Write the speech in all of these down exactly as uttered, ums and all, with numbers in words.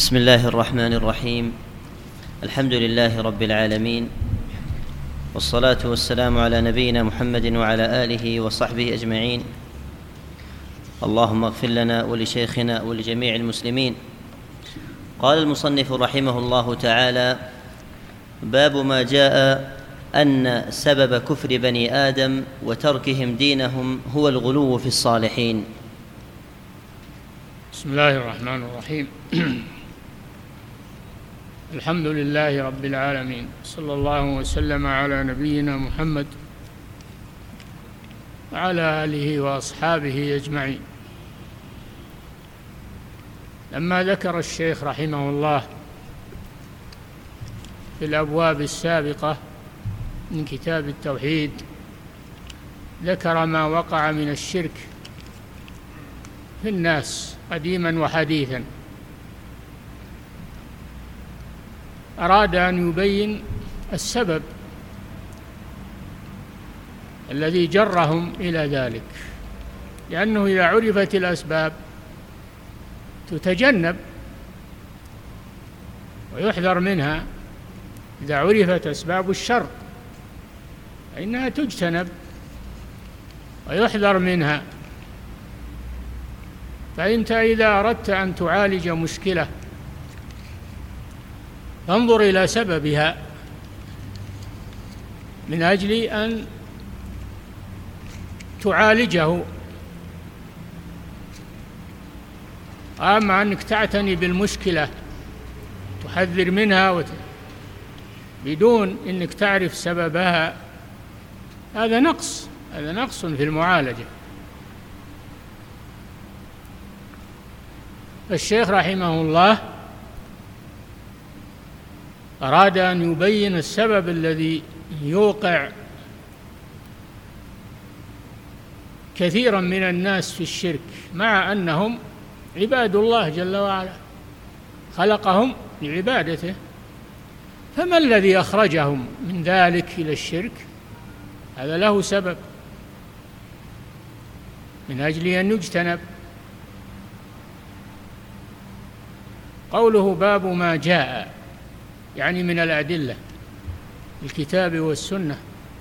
بسم الله الرحمن الرحيم. الحمد لله رب العالمين، والصلاة والسلام على نبينا محمد وعلى آله وصحبه أجمعين. اللهم اغفر لنا ولشيخنا ولجميع المسلمين. قال المصنف رحمه الله تعالى: باب ما جاء أن سبب كفر بني آدم وتركهم دينهم هو الغلو في الصالحين. بسم الله الرحمن الرحيم. الحمد لله رب العالمين، صلى الله وسلم على نبينا محمد وعلى آله وأصحابه أجمعين. لما ذكر الشيخ رحمه الله في الأبواب السابقة من كتاب التوحيد ذكر ما وقع من الشرك في الناس قديما وحديثا، أراد أن يبين السبب الذي جرهم إلى ذلك، لأنه إذا عرفت الأسباب تتجنب ويحذر منها. إذا عرفت أسباب الشر فإنها تجتنب ويحذر منها. فأنت إذا أردت أن تعالج مشكلة فانظر إلى سببها من أجل أن تعالجه. أما أنك تعتني بالمشكلة تحذر منها وت... بدون أنك تعرف سببها، هذا نقص هذا نقص في المعالجة. فالشيخ رحمه الله أراد أن يبين السبب الذي يوقع كثيرا من الناس في الشرك، مع أنهم عباد الله جل وعلا، خلقهم لعبادته. فما الذي أخرجهم من ذلك إلى الشرك؟ هذا له سبب من أجل أن يجتنب. قوله باب ما جاء يعني من الأدلة، الكتاب والسنة.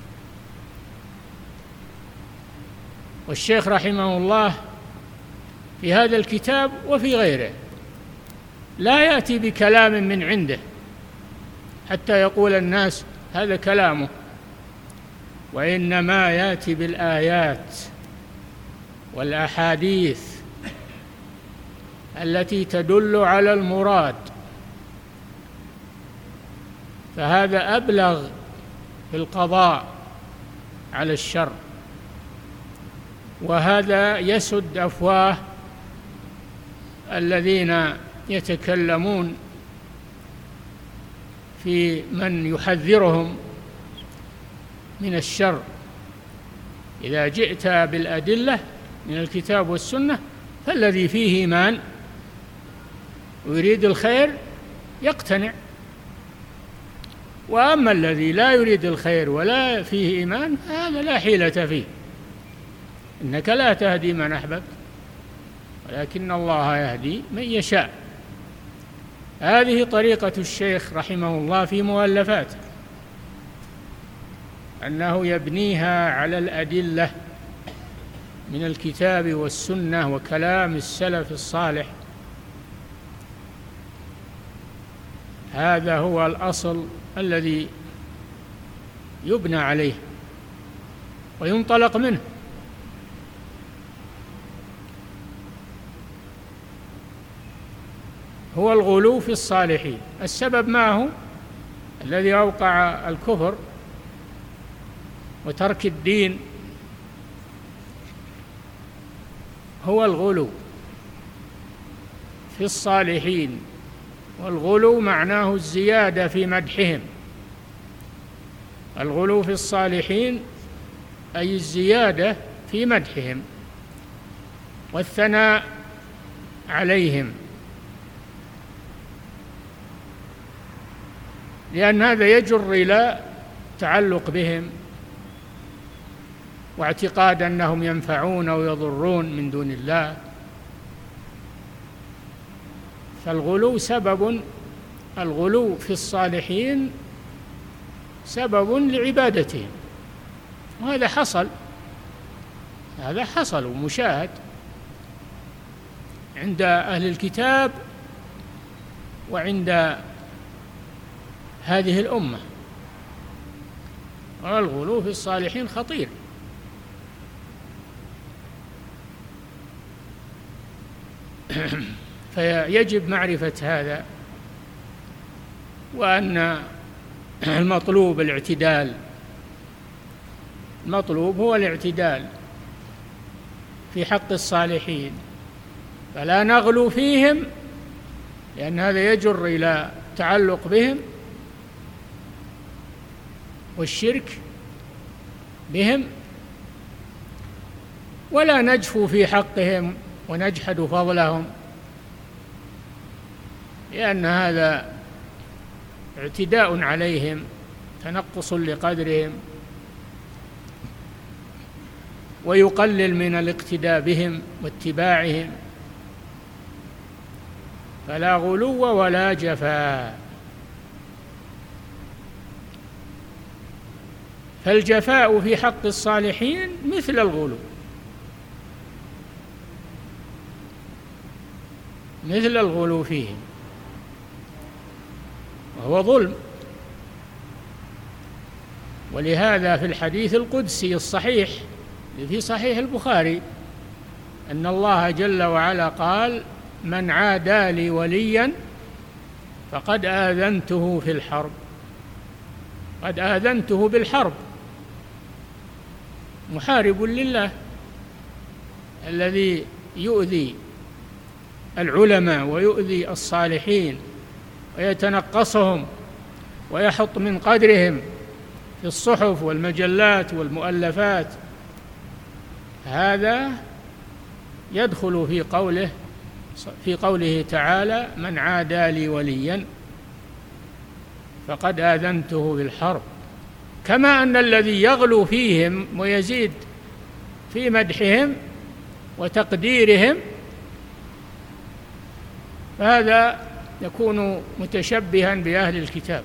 والشيخ رحمه الله في هذا الكتاب وفي غيره لا يأتي بكلام من عنده حتى يقول الناس هذا كلامه، وإنما يأتي بالآيات والأحاديث التي تدل على المراد، فهذا أبلغ في القضاء على الشر، وهذا يسد أفواه الذين يتكلمون في من يحذرهم من الشر. إذا جئت بالأدلة من الكتاب والسنة فالذي فيه إيمان ويريد الخير يقتنع، وأما الذي لا يريد الخير ولا فيه إيمان هذا لا حيلة فيه. إنك لا تهدي من أحببت ولكن الله يهدي من يشاء. هذه طريقة الشيخ رحمه الله في مؤلفاته، أنه يبنيها على الأدلة من الكتاب والسنة وكلام السلف الصالح. هذا هو الأصل الذي يبنى عليه وينطلق منه. هو الغلو في الصالحين. السبب ما هو الذي أوقع الكفر وترك الدين؟ هو الغلو في الصالحين. والغلو معناه الزيادة في مدحهم. الغلو في الصالحين أي الزيادة في مدحهم والثناء عليهم، لأن هذا يجر إلى تعلق بهم واعتقاد أنهم ينفعون أو يضرون من دون الله. فالغلو سبب الغلو في الصالحين سبب لعبادتهم، وهذا حصل هذا حصل ومشاهد عند أهل الكتاب وعند هذه الأمة. والغلو في الصالحين خطير. فيجب معرفة هذا، وأن المطلوب الاعتدال، المطلوب هو الاعتدال في حق الصالحين، فلا نغلو فيهم، لأن هذا يجر إلى التعلق بهم والشرك بهم، ولا نجفو في حقهم ونجحد فضلهم، لأن هذا اعتداء عليهم، تنقص لقدرهم، ويقلل من الاقتداء بهم واتباعهم. فلا غلو ولا جفاء. فالجفاء في حق الصالحين مثل الغلو، مثل الغلو فيهم، وهو ظلم. ولهذا في الحديث القدسي الصحيح في صحيح البخاري أن الله جل وعلا قال: من عادى لي وليا فقد آذنته في الحرب. قد آذنته بالحرب، محارب لله الذي يؤذي العلماء ويؤذي الصالحين ويتنقصهم ويحط من قدرهم في الصحف والمجلات والمؤلفات، هذا يدخل في قوله في قوله تعالى: من عادى لي وليا فقد آذنته بالحرب. كما أن الذي يغلو فيهم ويزيد في مدحهم وتقديرهم فهذا يكون متشبها بأهل الكتاب.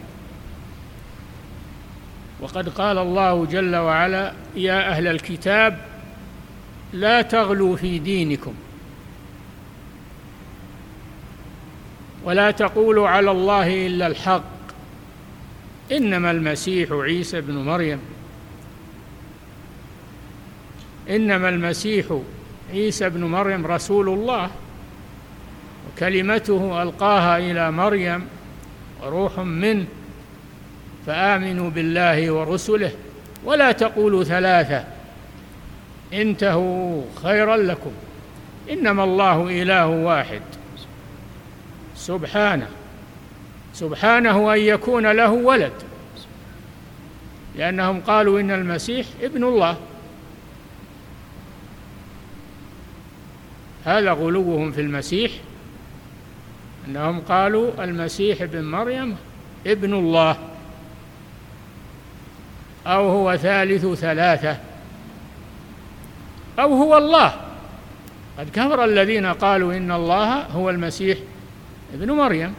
وقد قال الله جل وعلا: يا أهل الكتاب لا تغلوا في دينكم ولا تقولوا على الله إلا الحق إنما المسيح عيسى بن مريم إنما المسيح عيسى بن مريم رسول الله وكلمته ألقاها إلى مريم وروح منه فآمنوا بالله ورسله ولا تقولوا ثلاثة انتهوا خيرا لكم إنما الله إله واحد سبحانه سبحانه أن يكون له ولد، لأنهم قالوا إن المسيح ابن الله. هذا غلوهم في المسيح، أنهم قالوا المسيح ابن مريم ابن الله أو هو ثالث ثلاثة أو هو الله. قد كفر الذين قالوا إن الله هو المسيح ابن مريم.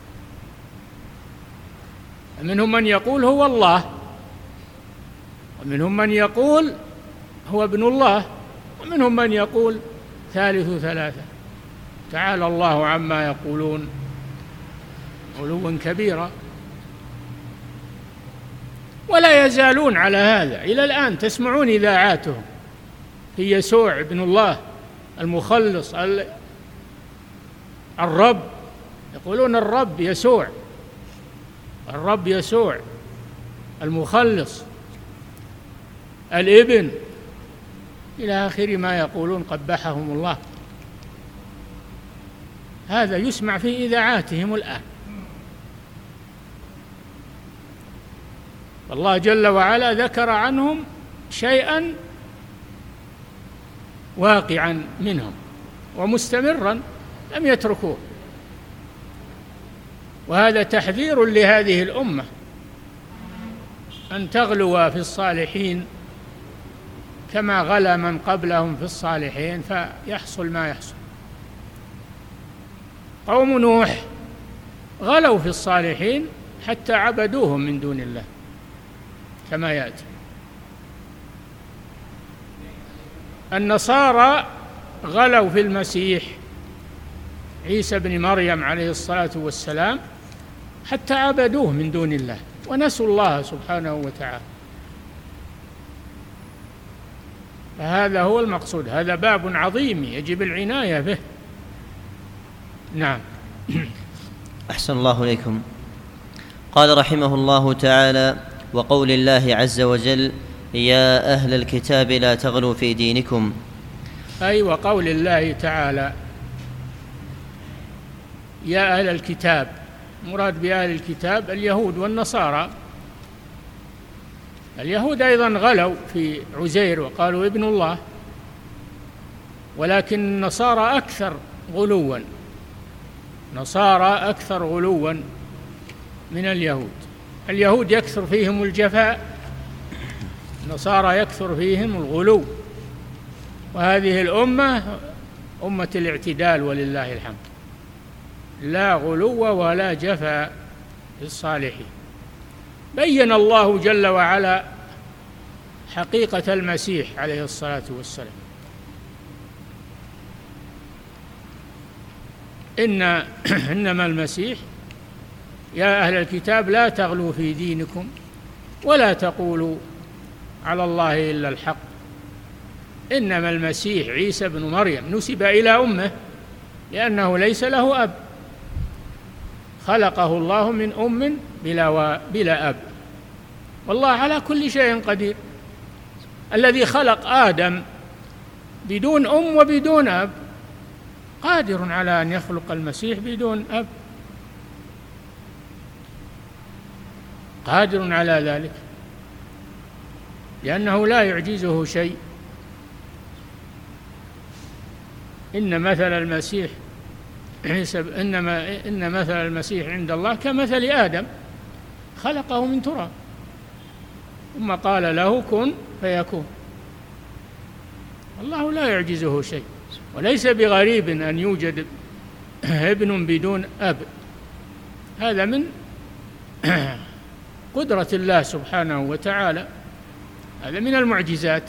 منهم من يقول هو الله، ومنهم من يقول هو ابن الله، ومنهم من يقول ثالث ثلاثة. تعالى الله عما يقولون علوا كبيرا. ولا يزالون على هذا إلى الآن، تسمعون إذاعاتهم في يسوع ابن الله المخلص الرب، يقولون الرب يسوع، الرب يسوع المخلص الابن إلى آخر ما يقولون قبحهم الله. هذا يسمع في إذاعاتهم الآن. الله جل وعلا ذكر عنهم شيئا واقعا منهم ومستمرا لم يتركوه، وهذا تحذير لهذه الأمة أن تغلو في الصالحين كما غلا من قبلهم في الصالحين فيحصل ما يحصل. قوم نوح غلوا في الصالحين حتى عبدوهم من دون الله كما يأتي. النصارى غلوا في المسيح عيسى بن مريم عليه الصلاة والسلام حتى عبدوه من دون الله ونسوا الله سبحانه وتعالى. فهذا هو المقصود، هذا باب عظيم يجب العناية به. نعم. أحسن الله إليكم. قال رحمه الله تعالى: وقول الله عز وجل: يا أهل الكتاب لا تغلوا في دينكم. أي وقول الله تعالى يا أهل الكتاب، مراد بأهل الكتاب اليهود والنصارى. اليهود أيضا غلوا في عزير وقالوا ابن الله، ولكن النصارى أكثر غلوا، نصارى أكثر غلوا من اليهود. اليهود يكثر فيهم الجفاء، النصارى يكثر فيهم الغلو. وهذه الأمة أمة الاعتدال ولله الحمد، لا غلو ولا جفاء للصالحين. بين الله جل وعلا حقيقة المسيح عليه الصلاة والسلام: إن إنما المسيح يا أهل الكتاب لا تغلوا في دينكم ولا تقولوا على الله إلا الحق. إنما المسيح عيسى بن مريم نسب إلى أمه لأنه ليس له أب، خلقه الله من أم بلا, بلا أب، والله على كل شيء قدير. الذي خلق آدم بدون أم وبدون أب قادر على أن يخلق المسيح بدون أب، قادر على ذلك، لأنه لا يعجزه شيء. إن مثل المسيح إنما إن مثل المسيح عند الله كمثل آدم خلقه من تراب ثم قال له كن فيكون. الله لا يعجزه شيء، وليس بغريب أن يوجد ابن بدون أب، هذا من قدرة الله سبحانه وتعالى، هذا من المعجزات.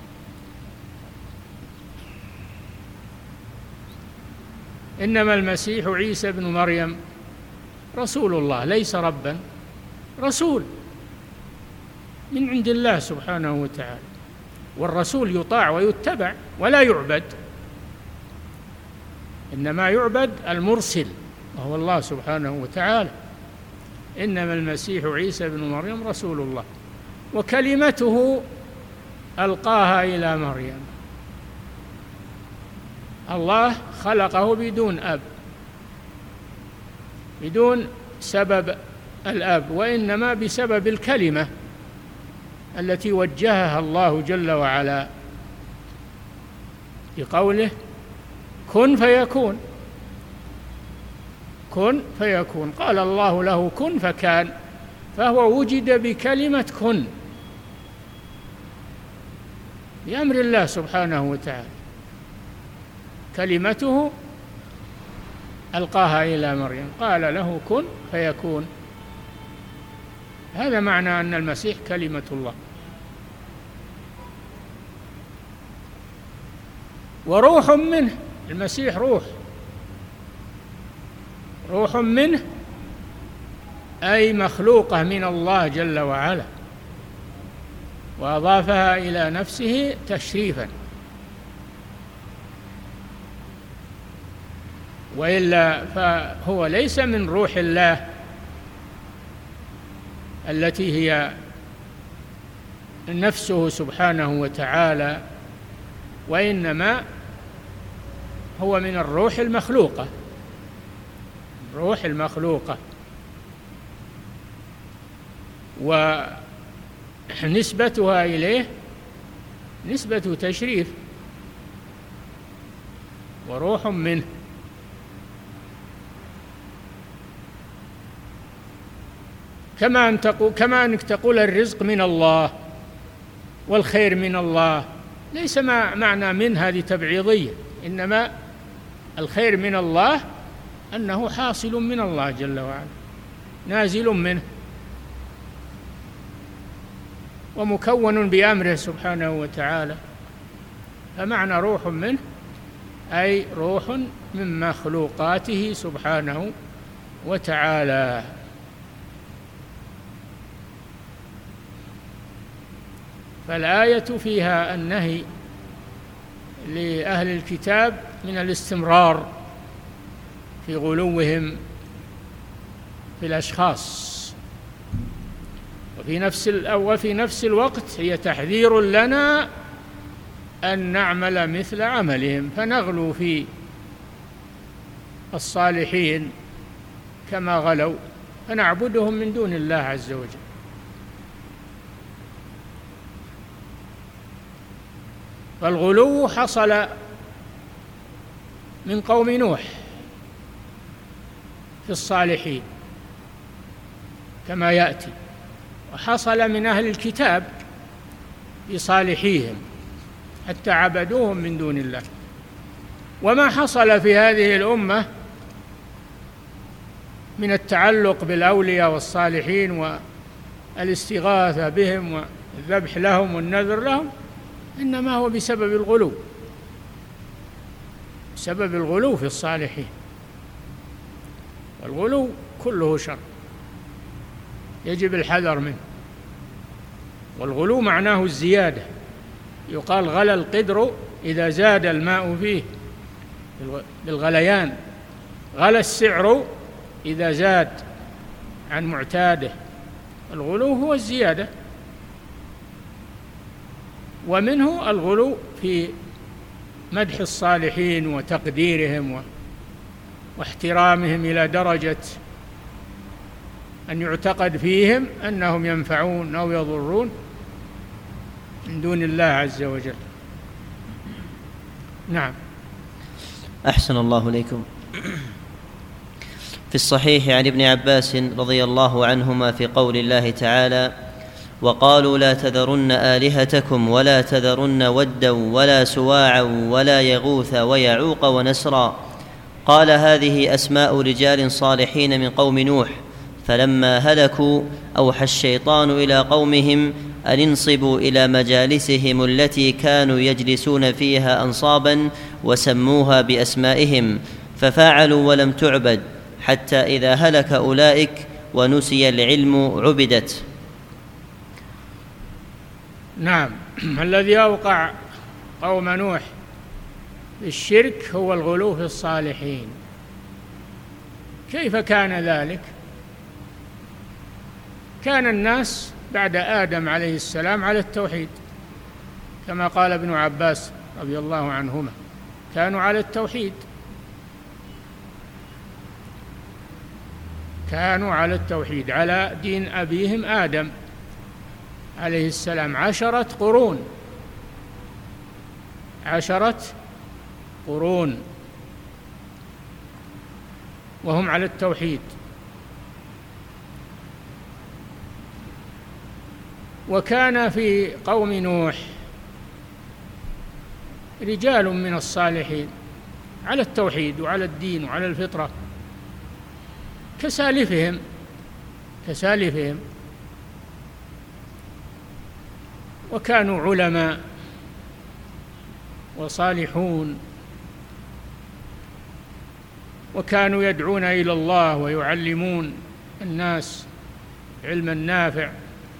إنما المسيح عيسى بن مريم رسول الله، ليس ربا، رسول من عند الله سبحانه وتعالى، والرسول يطاع ويتبع ولا يعبد، إنما يعبد المرسل وهو الله سبحانه وتعالى. إنما المسيح عيسى بن مريم رسول الله وكلمته ألقاها إلى مريم. الله خلقه بدون أب، بدون سبب الأب، وإنما بسبب الكلمة التي وجهها الله جل وعلا بقوله كن فيكون. كن فيكون، قال الله له كن فكان، فهو وجد بكلمة كن بأمر الله سبحانه وتعالى، كلمته ألقاها إلى مريم، قال له كن فيكون. هذا معنى أن المسيح كلمة الله. وروح منه، المسيح روح، روح منه أي مخلوقة من الله جل وعلا، وأضافها إلى نفسه تشريفا، وإلا فهو ليس من روح الله التي هي نفسه سبحانه وتعالى، وإنما هو من الروح المخلوقة، روح المخلوقة، ونسبتها إليه نسبة تشريف. وروح منه، كما أن تقول كما أنك تقول الرزق من الله والخير من الله، ليس معنى من هذه تبعيضية، إنما الخير من الله أنه حاصل من الله جل وعلا، نازل منه ومكون بأمره سبحانه وتعالى. فمعنى روح منه أي روح من مخلوقاته سبحانه وتعالى. فالآية فيها النهي لأهل الكتاب من الاستمرار في غلوهم في الأشخاص، وفي نفس وفي نفس الوقت هي تحذير لنا أن نعمل مثل عملهم، فنغلو في الصالحين كما غلوا، فنعبدهم من دون الله عز وجل. فالغلو حصل من قوم نوح في الصالحين كما يأتي، وحصل من أهل الكتاب في صالحيهم حتى عبدوهم من دون الله. وما حصل في هذه الأمة من التعلق بالأولياء والصالحين والاستغاثة بهم والذبح لهم والنذر لهم إنما هو بسبب الغلو، بسبب الغلو في الصالحين. والغلو كله شر يجب الحذر منه. والغلو معناه الزيادة، يقال غلى القدر إذا زاد الماء فيه بالغليان، غلى السعر إذا زاد عن معتاده. الغلو هو الزيادة، ومنه الغلو في مدح الصالحين وتقديرهم واحترامهم إلى درجة أن يعتقد فيهم أنهم ينفعون أو يضرون من دون الله عز وجل. نعم. أحسن الله إليكم. في الصحيح عن ابن عباس رضي الله عنهما في قول الله تعالى: وقالوا لا تذرن آلهتكم ولا تذرن ودا ولا سواعا ولا يغوث ويعوق ونسرا، قال هذه أسماء رجال صالحين من قوم نوح، فلما هلكوا أوحى الشيطان إلى قومهم أن انصبوا إلى مجالسهم التي كانوا يجلسون فيها أنصابا وسموها بأسمائهم، ففعلوا ولم تعبد، حتى إذا هلك أولئك ونسي العلم عبدت. نعم. الذي أوقع قوم نوح بالشرك هو الغلو في الصالحين. كيف كان ذلك؟ كان الناس بعد آدم عليه السلام على التوحيد، كما قال ابن عباس رضي الله عنهما، كانوا على التوحيد، كانوا على التوحيد على دين أبيهم آدم عليه السلام عشرة قرون، عشرة قرون وهم على التوحيد. وكان في قوم نوح رجال من الصالحين على التوحيد وعلى الدين وعلى الفطرة كسالفهم كسالفهم وكانوا علماء وصالحون، وكانوا يدعون إلى الله ويعلمون الناس علما نافع.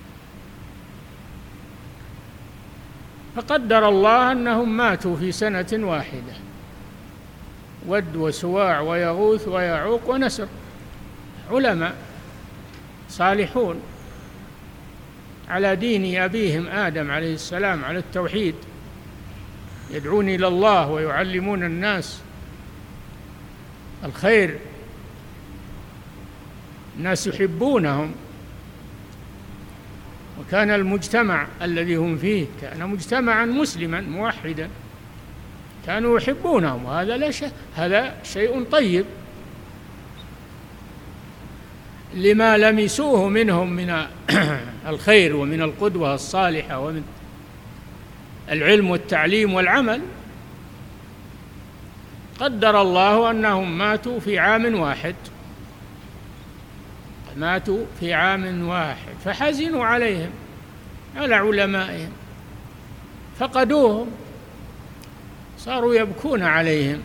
فقدر الله أنهم ماتوا في سنة واحدة، ود وسواع ويغوث ويعوق ونسر، علماء صالحون على دين أبيهم آدم عليه السلام على التوحيد، يدعون إلى الله ويعلمون الناس الخير، الناس يحبونهم. وكان المجتمع الذي هم فيه كان مجتمعا مسلما موحدا، كانوا يحبونهم، وهذا لا شيء، هذا شيء طيب لما لمسوه منهم من الخير ومن القدوة الصالحة ومن العلم والتعليم والعمل. قدر الله أنهم ماتوا في عام واحد ماتوا في عام واحد فحزنوا عليهم على علمائهم، فقدوهم، صاروا يبكون عليهم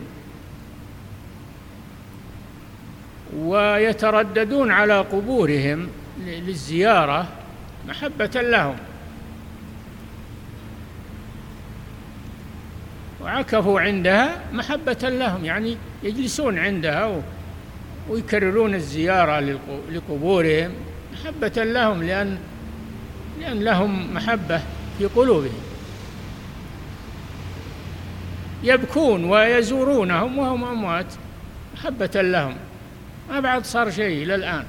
ويترددون على قبورهم للزيارة محبة لهم، وعكفوا عندها محبة لهم، يعني يجلسون عندها ويكررون الزيارة لقبورهم محبة لهم، لأن لأن لهم محبة في قلوبهم، يبكون ويزورونهم وهم أموات محبة لهم. ما بعد صار شيء إلى الآن.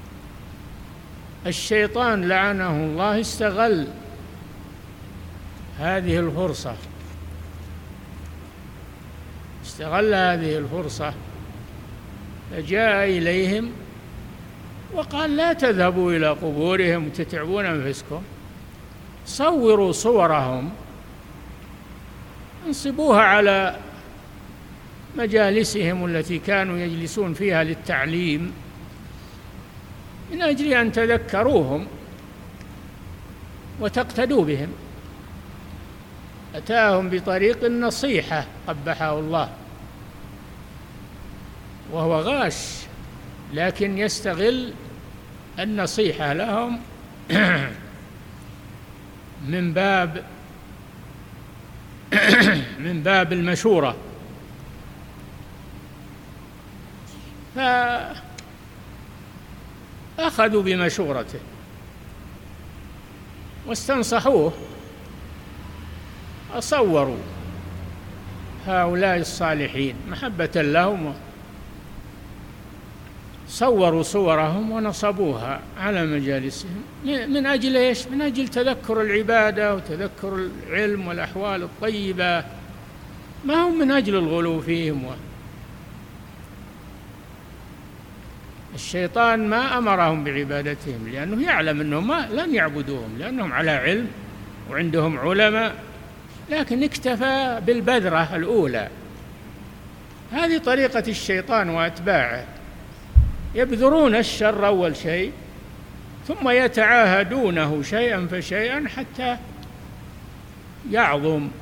الشيطان لعنه الله استغل هذه الفرصة استغل هذه الفرصة فجاء إليهم وقال: لا تذهبوا إلى قبورهم وتتعبون أنفسكم، صوروا صورهم انصبوها على مجالسهم التي كانوا يجلسون فيها للتعليم من أجل أن تذكروهم وتقتدوا بهم. أتاهم بطريق النصيحة قبحه الله، وهو غاش، لكن يستغل النصيحة لهم من باب من باب المشورة. فأخذوا بمشورته واستنصحوه، أصوروا هؤلاء الصالحين محبة لهم، صوروا صورهم ونصبوها على مجالسهم من أجل إيش؟ من أجل تذكر العبادة وتذكر العلم والأحوال الطيبة، ما هم من أجل الغلو فيهم. الشيطان ما أمرهم بعبادتهم لأنه يعلم أنهم ما لن يعبدوهم، لأنهم على علم وعندهم علماء، لكن اكتفى بالبذرة الأولى. هذه طريقة الشيطان وأتباعه، يبذرون الشر أول شيء ثم يتعاهدونه شيئا فشيئا حتى يعظم.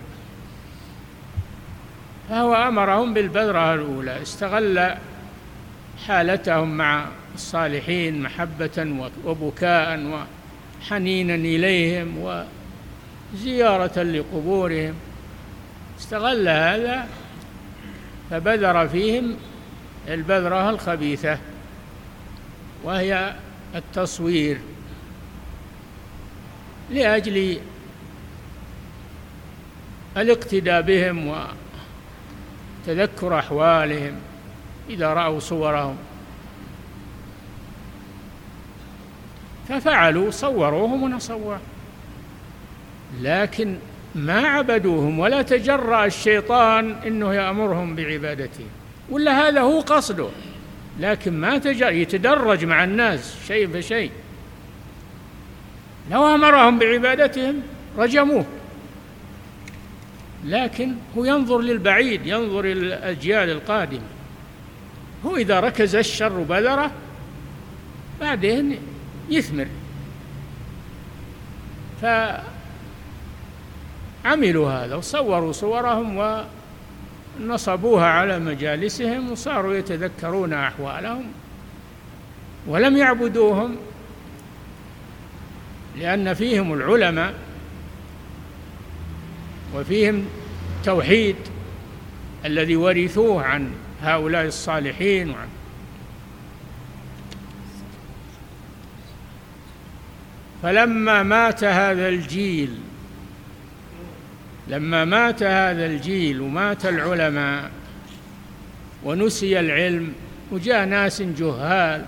فهو أمرهم بالبذرة الأولى، استغل حالتهم مع الصالحين محبة وبكاء وحنينا إليهم وزيارة لقبورهم، استغل هذا فبذر فيهم البذرة الخبيثة وهي التصوير، لأجل الاقتداء بهم وتذكر أحوالهم إذا رأوا صورهم. ففعلوا، صوروهم ونصوهم، لكن ما عبدوهم، ولا تجرأ الشيطان إنه يأمرهم بعبادته، ولا هذا هو قصده، لكن ما تجرأ، يتدرج مع الناس شيء فشيء. لو أمرهم بعبادتهم رجموه، لكن هو ينظر للبعيد، ينظر إلى الأجيال القادمة. هو إذا ركز الشر بذره بعدين يثمر. فعملوا هذا وصوروا صورهم ونصبوها على مجالسهم وصاروا يتذكرون أحوالهم ولم يعبدوهم، لأن فيهم العلماء وفيهم توحيد الذي ورثوه عن هؤلاء الصالحين وعن فلما مات هذا الجيل لما مات هذا الجيل ومات العلماء ونسي العلم وجاء ناس جهال،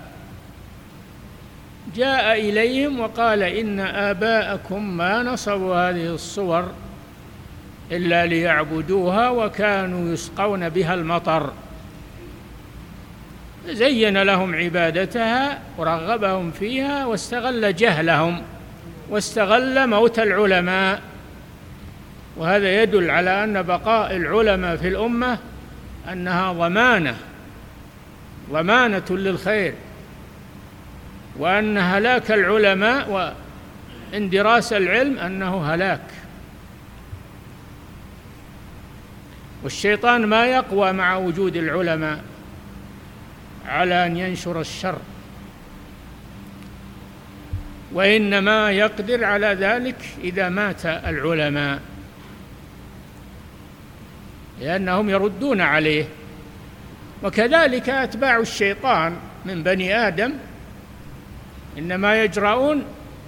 جاء إليهم وقال: إن آباءكم ما نصبوا هذه الصور إلا ليعبدوها وكانوا يسقون بها المطر. زين لهم عبادتها ورغبهم فيها، واستغل جهلهم واستغل موت العلماء. وهذا يدل على أن بقاء العلماء في الأمة أنها ضمانة ضمانة للخير، وأن هلاك العلماء واندراس العلم أنه هلاك، والشيطان ما يقوى مع وجود العلماء على أن ينشر الشر، وإنما يقدر على ذلك إذا مات العلماء، لأنهم يردون عليه. وكذلك أتباع الشيطان من بني آدم إنما يجرؤون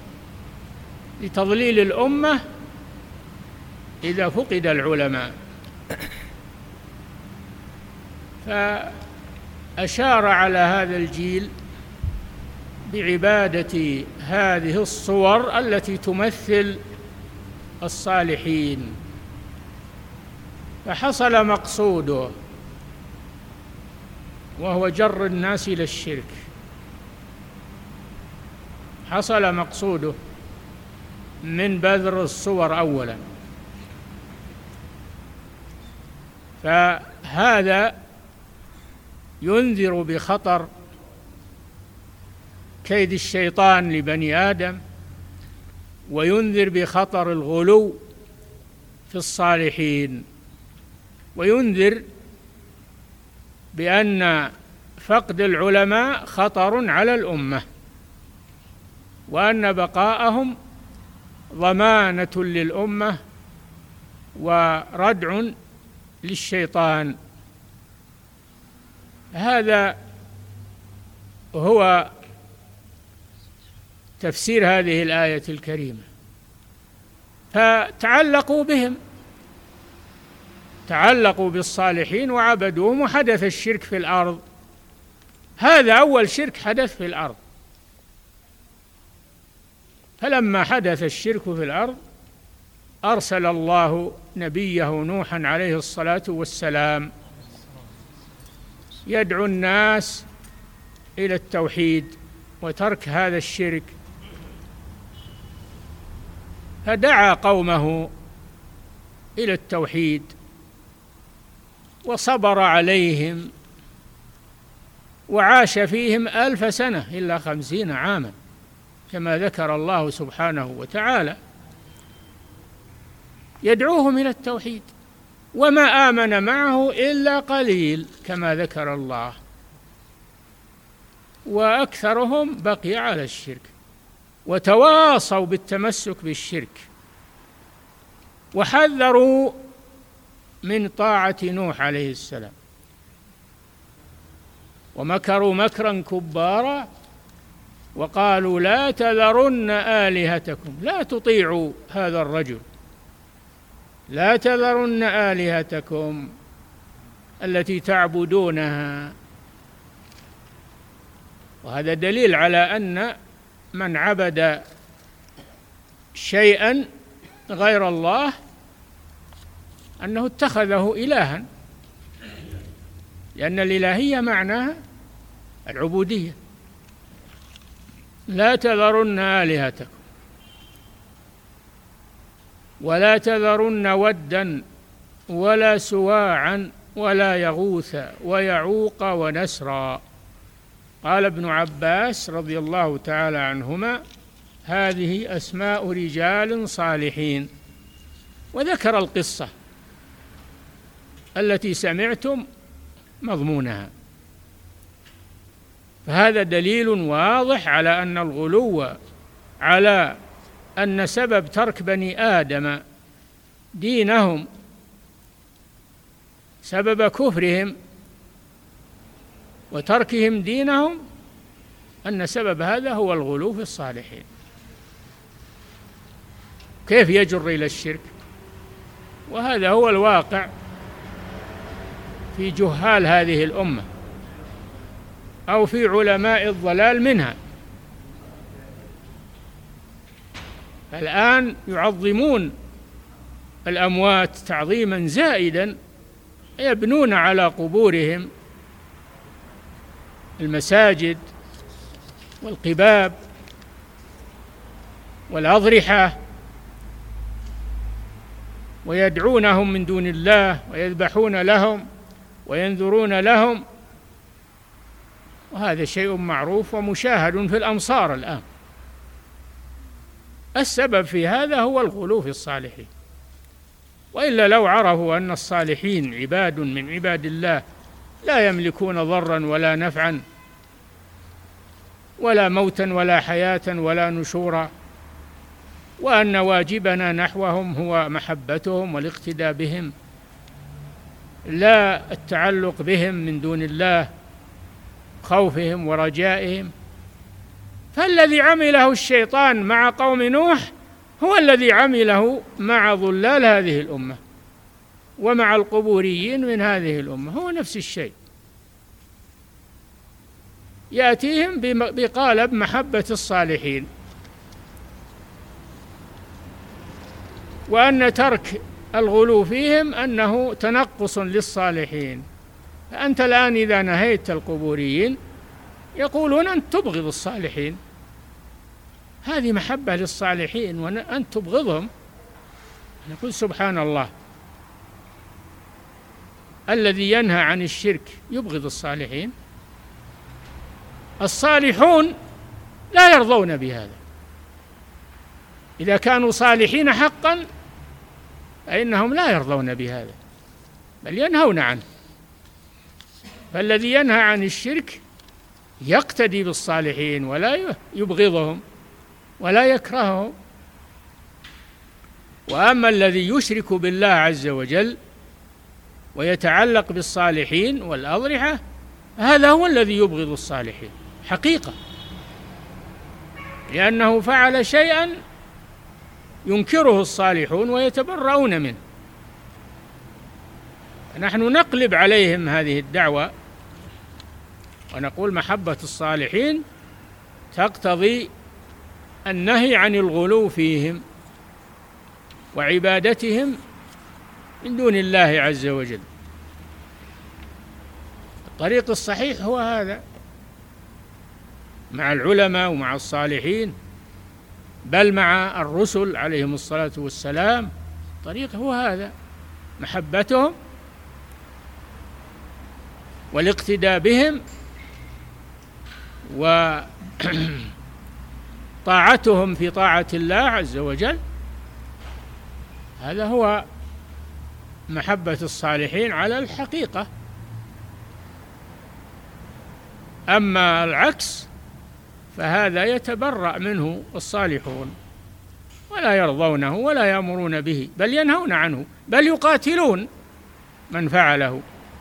لتضليل الأمة إذا فقد العلماء. فأشار على هذا الجيل بعبادة هذه الصور التي تمثل الصالحين، فحصل مقصوده وهو جر الناس إلى الشرك، حصل مقصوده من بذر الصور أولا. فهذا ينذر بخطر كيد الشيطان لبني آدم، وينذر بخطر الغلو في الصالحين، وينذر بأن فقد العلماء خطر على الأمة، وأن بقاءهم ضمانة للأمة وردع للشيطان. هذا هو تفسير هذه الآية الكريمة. فتعلقوا بهم، تعلقوا بالصالحين وعبدوهم، وحدث الشرك في الأرض. هذا أول شرك حدث في الأرض. فلما حدث الشرك في الأرض أرسل الله نبيه نوحا عليه الصلاة والسلام يدعو الناس إلى التوحيد وترك هذا الشرك، فدعا قومه إلى التوحيد وصبر عليهم وعاش فيهم ألف سنة إلا خمسين عاما كما ذكر الله سبحانه وتعالى، يدعوهم إلى التوحيد، وما آمن معه إلا قليل كما ذكر الله، وأكثرهم بقي على الشرك، وتواصوا بالتمسك بالشرك، وحذروا من طاعة نوح عليه السلام، ومكروا مكرا كبارا وقالوا لا تذرن آلهتكم، لا تطيعوا هذا الرجل، لا تذرن آلهتكم التي تعبدونها. وهذا دليل على أن من عبد شيئا غير الله أنه اتخذه إلها، لأن الإلهية معناها العبودية. لا تذرن آلهتكم ولا تذرن ودا ولا سواعا ولا يغوث ويعوق ونسرا. قال ابن عباس رضي الله تعالى عنهما هذه أسماء رجال صالحين، وذكر القصة التي سمعتم مضمونها. فهذا دليل واضح على أن الغلو، على أن سبب ترك بني آدم دينهم، سبب كفرهم وتركهم دينهم، أن سبب هذا هو الغلو في الصالحين. كيف يجر إلى الشرك؟ وهذا هو الواقع في جهال هذه الأمة أو في علماء الضلال منها. الآن يعظمون الأموات تعظيما زائدا، يبنون على قبورهم المساجد والقباب والأضرحة، ويدعونهم من دون الله ويذبحون لهم وينذرون لهم، وهذا شيء معروف ومشاهد في الأمصار الآن. السبب في هذا هو الغلو في الصالحين، وإلا لو عرفوا أن الصالحين عباد من عباد الله لا يملكون ضرا ولا نفعا ولا موتا ولا حياة ولا نشورا، وأن واجبنا نحوهم هو محبتهم والاقتداء بهم لا التعلق بهم من دون الله، خوفهم ورجائهم، فالذي عمله الشيطان مع قوم نوح هو الذي عمله مع ضلال هذه الأمة ومع القبوريين من هذه الأمة، هو نفس الشيء. يأتيهم بقالب محبة الصالحين، وأن ترك الغلو فيهم أنه تنقص للصالحين. فأنت الآن إذا نهيت القبوريين يقولون أنت تبغض الصالحين، هذه محبة للصالحين وأنت تبغضهم. نقول سبحان الله، الذي ينهى عن الشرك يبغض الصالحين؟ الصالحون لا يرضون بهذا. إذا كانوا صالحين حقا فإنهم لا يرضون بهذا بل ينهون عنه. فالذي ينهى عن الشرك يقتدي بالصالحين ولا يبغضهم ولا يكرههم. وأما الذي يشرك بالله عز وجل ويتعلق بالصالحين والأضرحة هذا هو الذي يبغض الصالحين حقيقة، لأنه فعل شيئا ينكره الصالحون ويتبرؤون منه. نحن نقلب عليهم هذه الدعوة ونقول محبة الصالحين تقتضي النهي عن الغلو فيهم وعبادتهم من دون الله عز وجل. الطريق الصحيح هو هذا مع العلماء ومع الصالحين، بل مع الرسل عليهم الصلاة والسلام. الطريق هو هذا، محبتهم والاقتداء بهم وطاعتهم في طاعة الله عز وجل. هذا هو محبة الصالحين على الحقيقة. أما العكس فهذا يتبرأ منه الصالحون ولا يرضونه ولا يأمرون به بل ينهون عنه بل يقاتلون من فعله.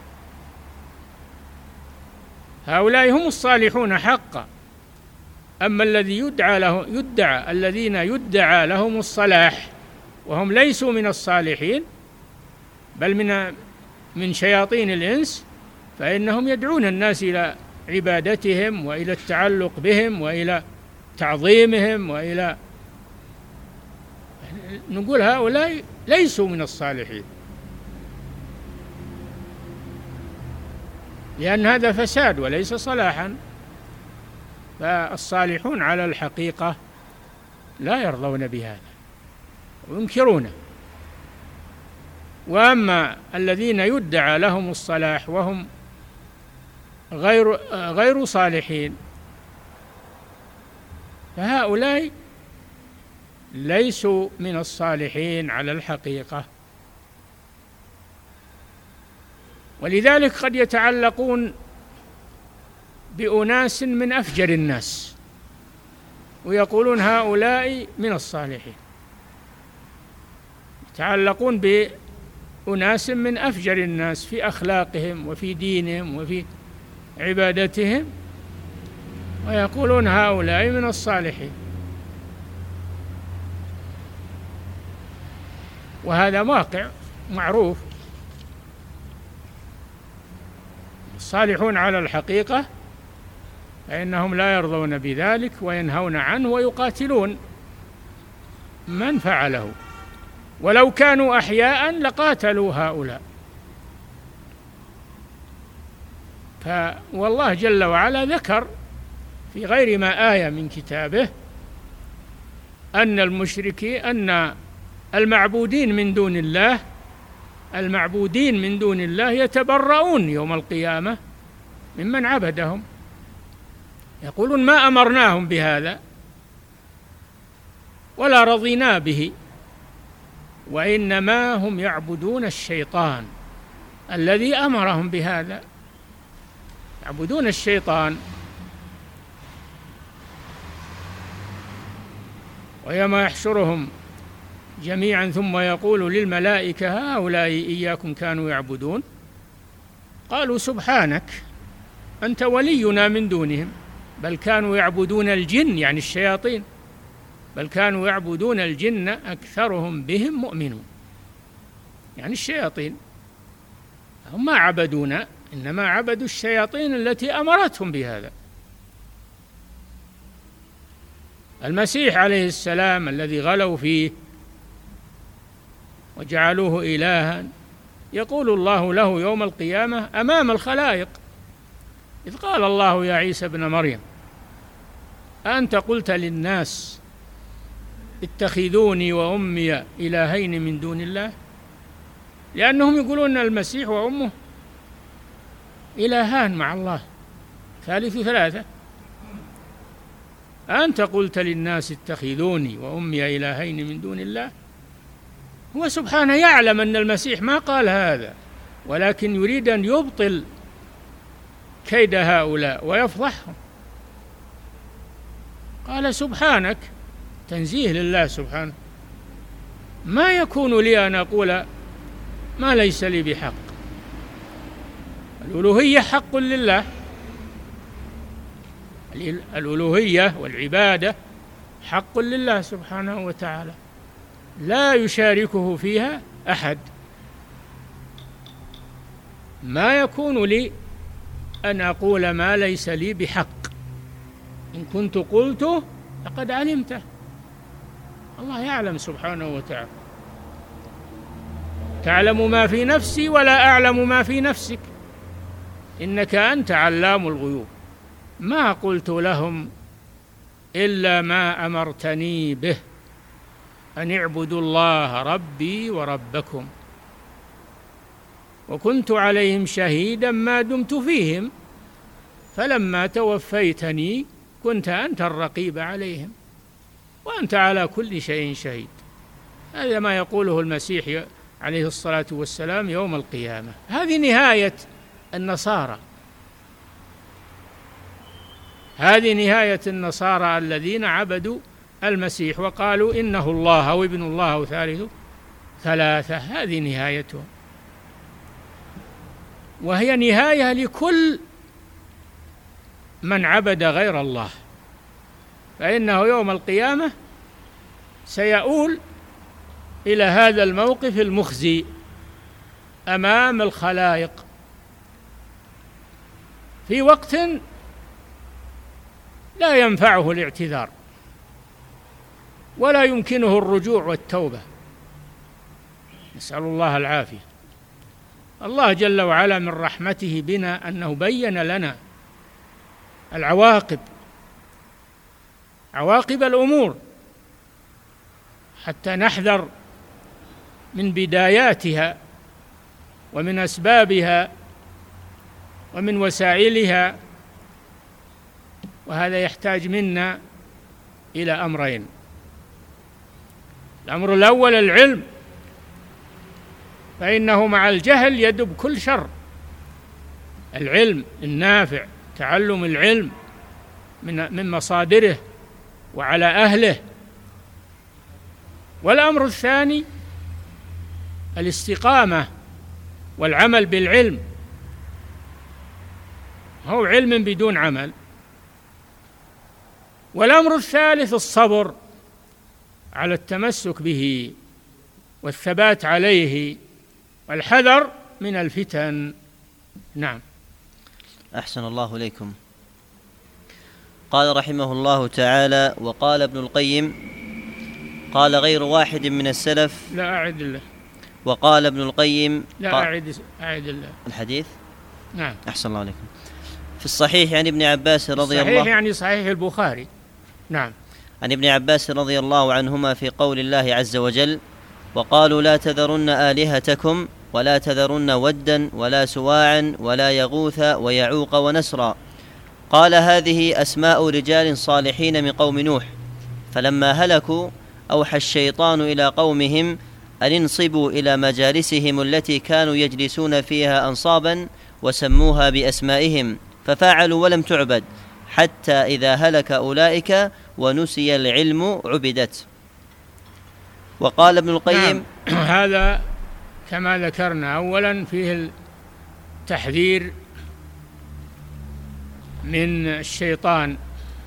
هؤلاء هم الصالحون حقا. أما الذي يدعى له يدعى الذين يدعى لهم الصلاح وهم ليسوا من الصالحين بل من من شياطين الإنس، فإنهم يدعون الناس إلى عبادتهم وإلى التعلق بهم وإلى تعظيمهم، وإلى نقول هؤلاء ليسوا من الصالحين، لأن هذا فساد وليس صلاحا. فالصالحون على الحقيقة لا يرضون بهذا وينكرونه. وأما الذين يدعى لهم الصلاح وهم غير غير صالحين فهؤلاء ليسوا من الصالحين على الحقيقة. ولذلك قد يتعلقون بأناس من أفجر الناس ويقولون هؤلاء من الصالحين، يتعلقون بأناس من أفجر الناس في أخلاقهم وفي دينهم وفي عبادتهم ويقولون هؤلاء من الصالحين. وهذا واقع معروف. الصالحون على الحقيقة فإنهم لا يرضون بذلك وينهون عنه ويقاتلون من فعله، ولو كانوا أحياء لقاتلوا هؤلاء. فوالله جل وعلا ذكر في غير ما آية من كتابه أن المشركين أن المعبودين من دون الله المعبودين من دون الله يتبرؤون يوم القيامة ممن عبدهم، يقولون ما أمرناهم بهذا ولا رضينا به، وإنما هم يعبدون الشيطان الذي أمرهم بهذا، يعبدون الشيطان. ويوم يحشرهم جميعا ثم يقول للملائكة هؤلاء إياكم كانوا يعبدون، قالوا سبحانك أنت ولينا من دونهم، بل كانوا يعبدون الجن، يعني الشياطين، بل كانوا يعبدون الجن أكثرهم بهم مؤمنون، يعني الشياطين هم ما عبدونا، إنما عبدوا الشياطين التي أمرتهم بهذا. المسيح عليه السلام الذي غلوا فيه وجعلوه إلها، يقول الله له يوم القيامة أمام الخلائق، إذ قال الله يا عيسى ابن مريم أنت قلت للناس اتخذوني وأمي إلهين من دون الله، لأنهم يقولون المسيح وأمه إلهان مع الله ثالث ثلاثة، أنت قلت للناس اتخذوني وأمي إلهين من دون الله. هو سبحانه يعلم أن المسيح ما قال هذا، ولكن يريد أن يبطل كيد هؤلاء ويفضحهم. قال سبحانك، تنزيه لله سبحانه، ما يكون لي أن أقول ما ليس لي بحق. الألوهية حق لله، الألوهية والعبادة حق لله سبحانه وتعالى، لا يشاركه فيها أحد. ما يكون لي أن أقول ما ليس لي بحق، إن كنت قلته فقد علمته، الله يعلم سبحانه وتعالى، تعلم ما في نفسي ولا أعلم ما في نفسك إنك أنت علام الغيوب. ما قلت لهم إلا ما أمرتني به أن اعبدوا الله ربي وربكم، وكنت عليهم شهيدا ما دمت فيهم، فلما توفيتني كنت أنت الرقيب عليهم وأنت على كل شيء شهيد. هذا ما يقوله المسيح عليه الصلاة والسلام يوم القيامة. هذه نهاية النصارى، هذه نهاية النصارى الذين عبدوا المسيح وقالوا إنه الله وابن الله وثالث ثلاثة، هذه نهايتهم، وهي نهاية لكل من عبد غير الله، فإنه يوم القيامة سيؤول إلى هذا الموقف المخزي أمام الخلائق في وقت لا ينفعه الاعتذار ولا يمكنه الرجوع والتوبة، نسأل الله العافية. الله جل وعلا من رحمته بنا أنه بين لنا العواقب، عواقب الأمور، حتى نحذر من بداياتها ومن أسبابها ومن وسائلها. وهذا يحتاج منا إلى أمرين: الأمر الأول العلم، فإنه مع الجهل يدب كل شر، العلم النافع، تعلم العلم من من مصادره وعلى أهله. والأمر الثاني الاستقامة والعمل بالعلم، هو علم بدون عمل. والأمر الثالث الصبر على التمسك به والثبات عليه والحذر من الفتن. نعم. أحسن الله إليكم. قال رحمه الله تعالى: وقال ابن القيم: قال غير واحد من السلف. لا أعد الله. وقال ابن القيم. لا أعد أعد الله الحديث. نعم. أحسن الله عليكم. في الصحيح عن ابن عباس رضي الله. صحيح يعني صحيح البخاري. نعم. عن ابن عباس رضي الله عنهما في قول الله عز وجل: وقالوا لا تذرن آلهتكم ولا تذرن ودا ولا سواعا ولا يغوث ويعوق ونسرا. قال هذه أسماء رجال صالحين من قوم نوح، فلما هلكوا أوحى الشيطان إلى قومهم أن انصبوا إلى مجالسهم التي كانوا يجلسون فيها أنصابا وسموها بأسمائهم، ففعلوا ولم تعبد، حتى إذا هلك أولئك ونسي العلم عبدت. وقال ابن القيم: نعم. هذا كما ذكرنا أولا فيه التحذير من الشيطان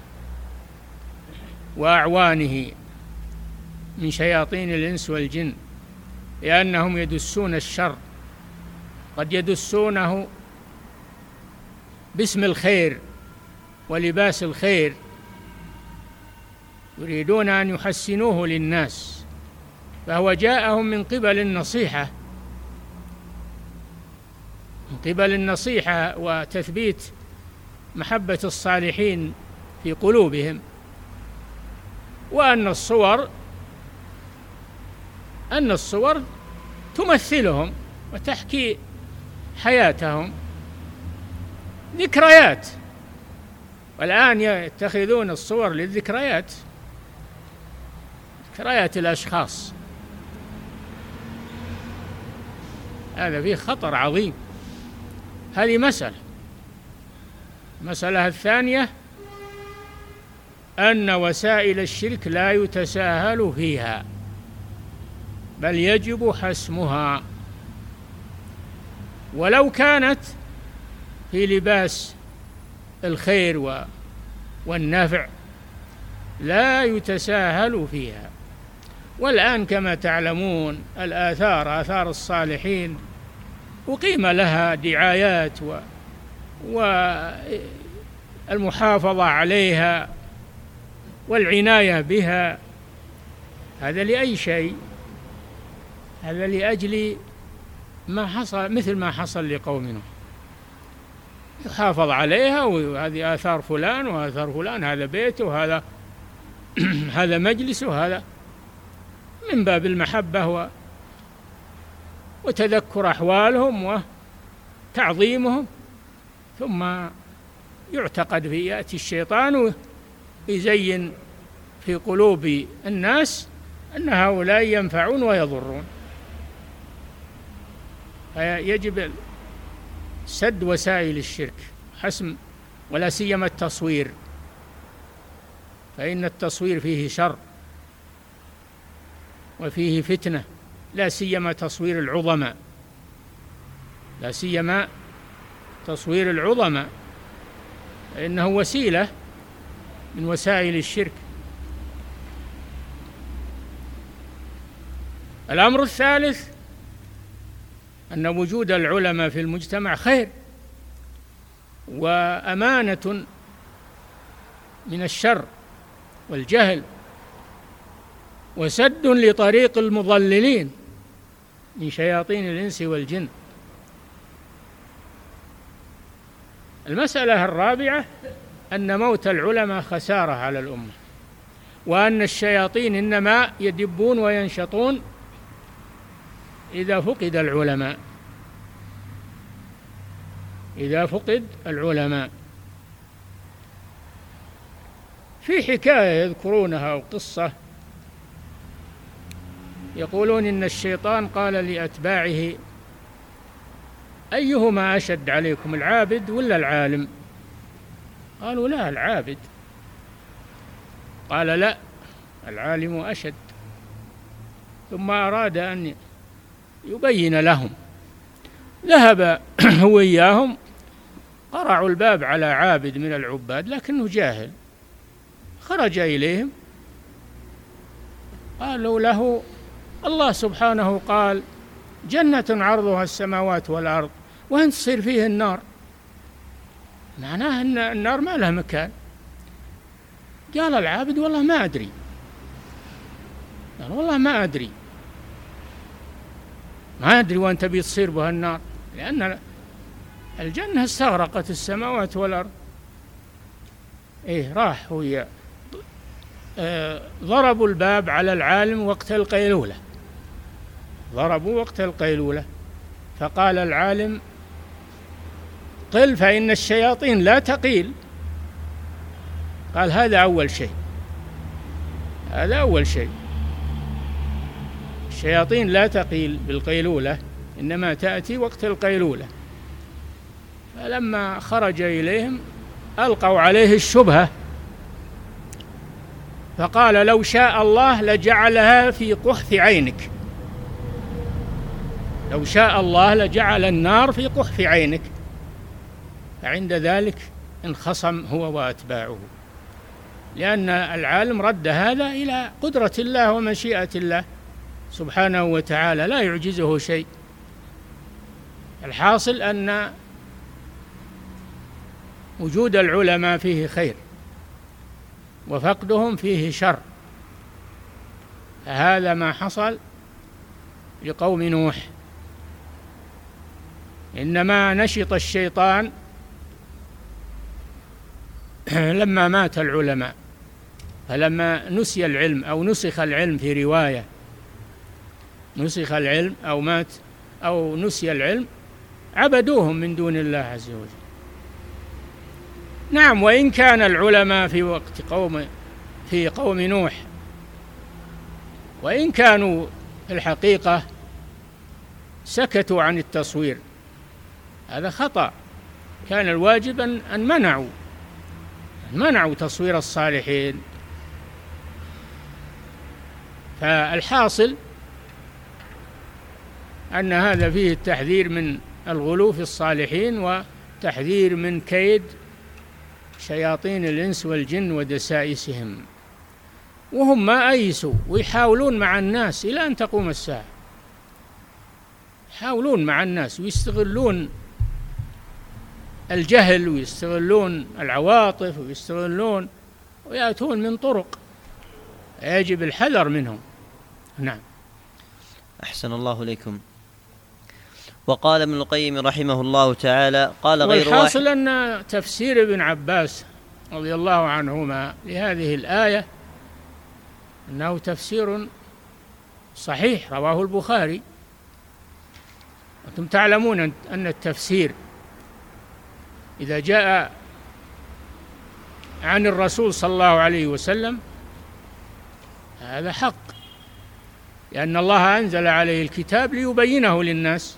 وأعوانه من شياطين الإنس والجن، لأنهم يدسون الشر، قد يدسونه باسم الخير ولباس الخير، يريدون أن يحسنوه للناس، فهو جاءهم من قبل النصيحة من قبل النصيحة وتثبيت محبة الصالحين في قلوبهم، وأن الصور أن الصور تمثلهم وتحكي حياتهم، ذكريات، والآن يتخذون الصور للذكريات، ذكريات الأشخاص. هذا فيه خطر عظيم. هذه مسألة. المسألة الثانية أن وسائل الشرك لا يتساهل فيها، بل يجب حسمها، ولو كانت في لباس الخير والنفع لا يتساهل فيها. والآن كما تعلمون الآثار، آثار الصالحين، أقيم لها دعايات والمحافظة عليها والعناية بها. هذا لأي شيء؟ هذا لأجل ما حصل، مثل ما حصل لقوم نوح، يحافظ عليها، وهذه آثار فلان وآثار فلان، هذا بيته وهذا هذا مجلسه، وهذا من باب المحبة و... وتذكر أحوالهم وتعظيمهم. ثم يعتقد في يأتي الشيطان ويزين في قلوب الناس أن هؤلاء ينفعون ويضرون. فيجب سد وسائل الشرك، حسم، ولا سيما التصوير، فإن التصوير فيه شر وفيه فتنة، لا سيما تصوير العظماء، لا سيما تصوير العظماء، فإنه وسيلة من وسائل الشرك. الأمر الثالث أن وجود العلماء في المجتمع خير وأمانة من الشر والجهل، وسد لطريق المضللين من شياطين الإنس والجن. المسألة الرابعة أن موت العلماء خسارة على الأمة، وأن الشياطين إنما يدبون وينشطون إذا فقد العلماء، إذا فقد العلماء. في حكاية يذكرونها وقصة، يقولون إن الشيطان قال لأتباعه: أيهما أشد عليكم، العابد ولا العالم؟ قالوا: لا، العابد. قال: لا، العالم أشد. ثم أراد أن يبين لهم، ذهب هو إياهم، قرعوا الباب على عابد من العباد لكنه جاهل، خرج إليهم، قالوا له: الله سبحانه قال: جنة عرضها السماوات والأرض، وأنت تصير فيه النار، معناه أن النار ما لها مكان. قال العابد: والله ما أدري، قال: والله ما أدري ما أدري وأنت بتصير بها النار، لأن الجنة استغرقت السماوات والأرض. إيه، راح ويا آه ضربوا الباب على العالم وقت القيلولة، ضربوا وقت القيلولة، فقال العالم: قل فإن الشياطين لا تقيل. قال: هذا أول شيء، هذا أول شيء. الشياطين لا تقيل بالقيلولة، إنما تأتي وقت القيلولة. فلما خرج إليهم ألقوا عليه الشبهة، فقال: لو شاء الله لجعلها في قحف عينك، لو شاء الله لجعل النار في قحف عينك. فعند ذلك انخصم هو وأتباعه، لأن العالم رد هذا إلى قدرة الله ومشيئة الله سبحانه وتعالى، لا يعجزه شيء. الحاصل أن وجود العلماء فيه خير وفقدهم فيه شر. فهذا ما حصل لقوم نوح. إنما نشط الشيطان لما مات العلماء، فلما نسي العلم أو نسخ العلم في رواية، نسخ العلم أو مات أو نسي العلم، عبدوهم من دون الله عز وجل. نعم، وإن كان العلماء في وقت قوم في قوم نوح، وإن كانوا في الحقيقة سكتوا عن التصوير، هذا خطأ. كان الواجب أن منعوا منعوا تصوير الصالحين. فالحاصل أن هذا فيه التحذير من الغلو في الصالحين، وتحذير من كيد شياطين الإنس والجن ودسائسهم. وهم ما أيسوا ويحاولون مع الناس إلى أن تقوم الساعة، يحاولون مع الناس ويستغلون الجهل ويستغلون العواطف ويستغلون ويأتون من طرق يجب الحذر منهم. نعم. أحسن الله إليكم. وقال ابن القيم رحمه الله تعالى: قال غير واحد. والحاصل أن تفسير ابن عباس رضي الله عنهما لهذه الآية أنه تفسير صحيح، رواه البخاري. أنتم تعلمون أن التفسير إذا جاء عن الرسول صلى الله عليه وسلم هذا حق، لأن الله أنزل عليه الكتاب ليبينه للناس.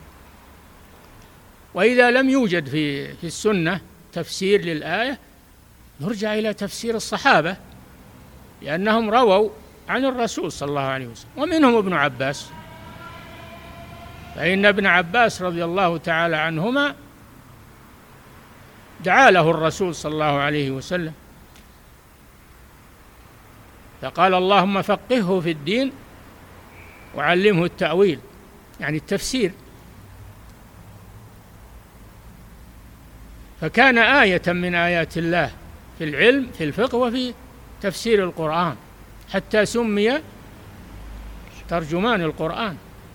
وإذا لم يوجد في في السنة تفسير للآية يرجع إلى تفسير الصحابة، لأنهم رووا عن الرسول صلى الله عليه وسلم، ومنهم ابن عباس. فإن ابن عباس رضي الله تعالى عنهما دعا له الرسول صلى الله عليه وسلم فقال: اللهم فقهه في الدين وعلمه التأويل، يعني التفسير. فكان آية من آيات الله في العلم في الفقه وفي تفسير القرآن، حتى سمي ترجمان القرآن،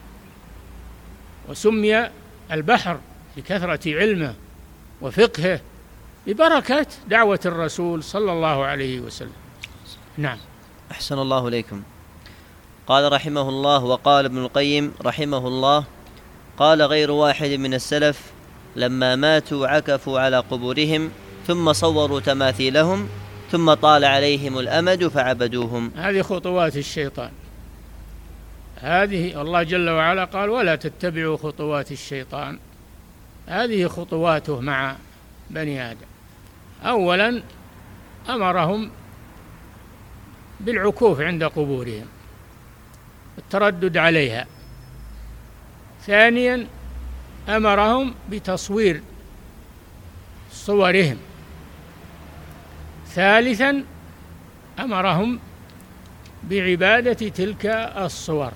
وسمي البحر لكثرة علمه وفقهه ببركة دعوة الرسول صلى الله عليه وسلم. نعم. أحسن الله إليكم. قال رحمه الله: وقال ابن القيم رحمه الله: قال غير واحد من السلف لما ماتوا عكفوا على قبورهم ثم صوروا تماثيلهم ثم طال عليهم الأمد فعبدوهم. هذه خطوات الشيطان، هذه الله جل وعلا قال: ولا تتبعوا خطوات الشيطان. هذه خطواته مع بني آدم. أولا أمرهم بالعكوف عند قبورهم، التردد عليها. ثانيا أمرهم بتصوير صورهم. ثالثا أمرهم بعبادة تلك الصور.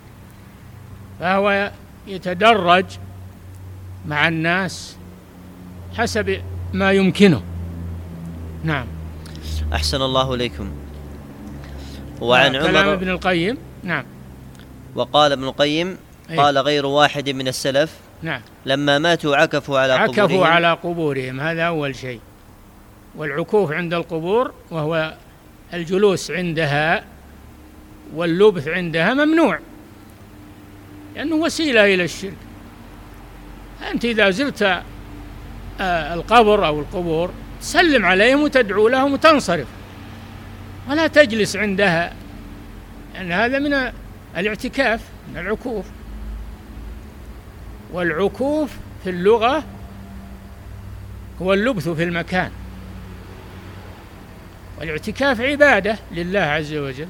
فهو يتدرج مع الناس حسب ما يمكنه. نعم. أحسن الله إليكم. وعن عمر كلام ابن القيم. نعم. وقال ابن القيم: قال غير واحد من السلف نعم لما ماتوا عكفوا على عكفوا قبورهم على قبورهم. هذا أول شيء. والعكوف عند القبور وهو الجلوس عندها واللبث عندها ممنوع، لأنه وسيلة إلى الشرك. أنت إذا زرت القبر أو القبور تسلم عليهم وتدعو لهم وتنصرف، ولا تجلس عندها، لأن يعني هذا من الاعتكاف، من العكوف. والعكوف في اللغة هو اللبث في المكان، والاعتكاف عبادة لله عز وجل،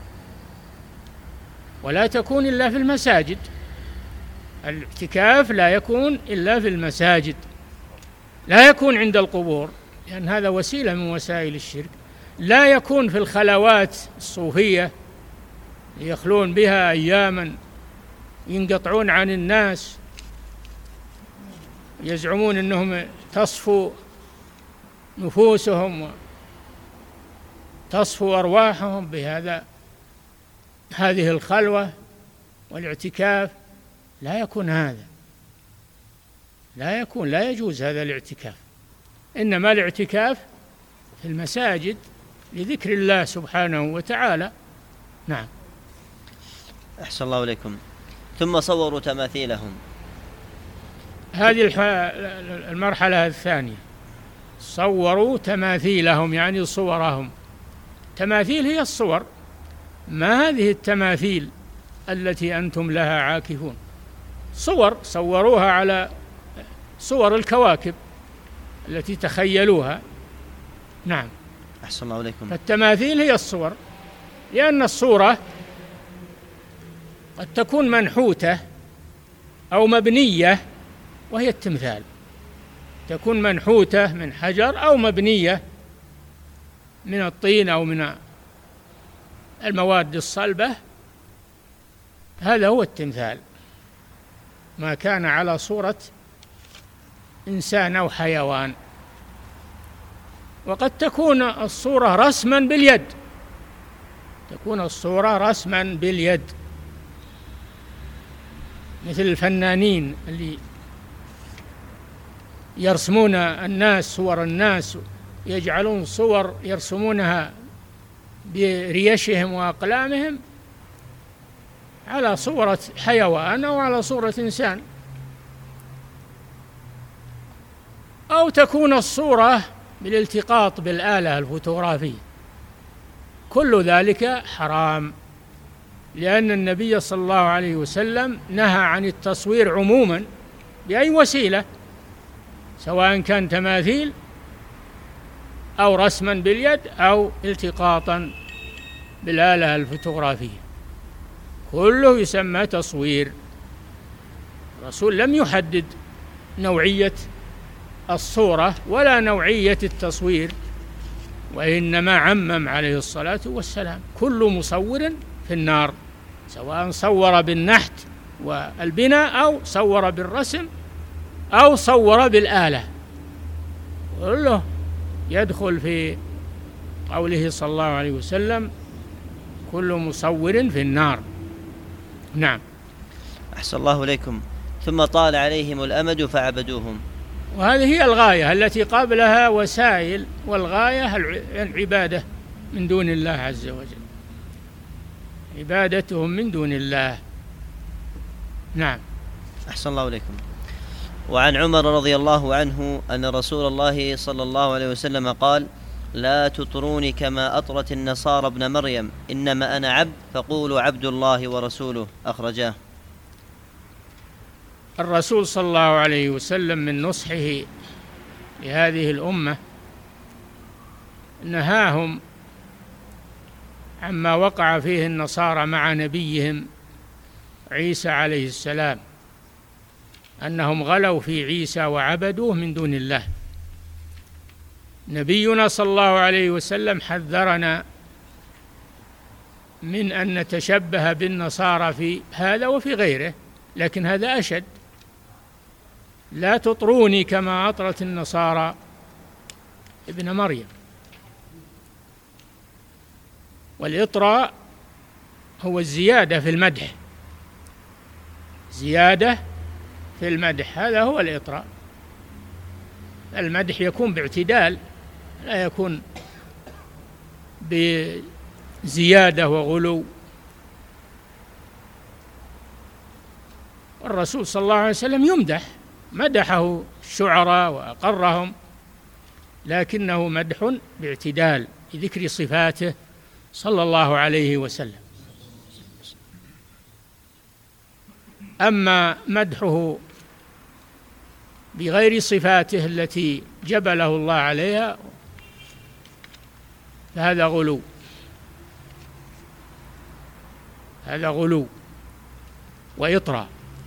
ولا تكون إلا في المساجد. الاعتكاف لا يكون إلا في المساجد، لا يكون عند القبور، لأن هذا وسيلة من وسائل الشرك. لا يكون في الخلوات الصوفية يخلون بها أياما، ينقطعون عن الناس، يزعمون أنهم تصفو نفوسهم وتصفو أرواحهم بهذا هذه الخلوة والاعتكاف. لا يكون هذا، لا يكون، لا يجوز هذا الاعتكاف. إنما الاعتكاف في المساجد لذكر الله سبحانه وتعالى. نعم. أحسن الله إليكم. ثم صوروا تماثيلهم. هذه المرحلة الثانية، صوروا تماثيلهم يعني صورهم. تماثيل هي الصور، ما هذه التماثيل التي أنتم لها عاكفون. صور صوروها على صور الكواكب التي تخيلوها. نعم. أحسن الله إليكم. فالتماثيل هي الصور، لأن الصورة قد تكون منحوتة أو مبنية، وهي التمثال تكون منحوتة من حجر أو مبنية من الطين أو من المواد الصلبة. هذا هو التمثال، ما كان على صورة إنسان أو حيوان. وقد تكون الصورة رسما باليد، تكون الصورة رسما باليد، مثل الفنانين اللي يرسمون الناس، صور الناس، يجعلون صور يرسمونها بريشهم وأقلامهم على صورة حيوان أو على صورة إنسان. أو تكون الصورة بالالتقاط بالآلة الفوتوغرافية. كل ذلك حرام، لأن النبي صلى الله عليه وسلم نهى عن التصوير عموما بأي وسيلة، سواء كان تماثيل أو رسما باليد أو التقاطا بالآلة الفوتوغرافية، كله يسمى تصوير. الرسول لم يحدد نوعية الصورة ولا نوعية التصوير، وإنما عمم عليه الصلاة والسلام: كل مصور في النار، سواء صور بالنحت والبناء أو صور بالرسم أو صور بالآلة، كله يدخل في قوله صلى الله عليه وسلم: كل مصور في النار. نعم. أحسن الله إليكم. ثم طال عليهم الأمد فعبدوهم. وهذه هي الغاية التي قبلها وسائل، والغاية العبادة من دون الله عز وجل، عبادتهم من دون الله. نعم. أحسن الله إليكم. وعن عمر رضي الله عنه أن رسول الله صلى الله عليه وسلم قال: لا تطروني كما أطرت النصارى ابن مريم، إنما أنا عبد فقولوا عبد الله ورسوله. أخرجاه. الرسول صلى الله عليه وسلم من نصحه لهذه الأمة نهاهم عما وقع فيه النصارى مع نبيهم عيسى عليه السلام، أنهم غلوا في عيسى وعبدوه من دون الله. نبينا صلى الله عليه وسلم حذرنا من أن نتشبه بالنصارى في هذا وفي غيره، لكن هذا أشد: لا تطروني كما أطرت النصارى ابن مريم. والإطراء هو الزيادة في المدح، زيادة في المدح، هذا هو الإطراء. المدح يكون باعتدال، لا يكون بزيادة وغلو. الرسول صلى الله عليه وسلم يمدح مدحه الشعراء وأقرهم، لكنه مدح باعتدال بذكر صفاته صلى الله عليه وسلم. أما مدحه بغير صفاته التي جبله الله عليها فهذا غلو، هذا غلو وإطراء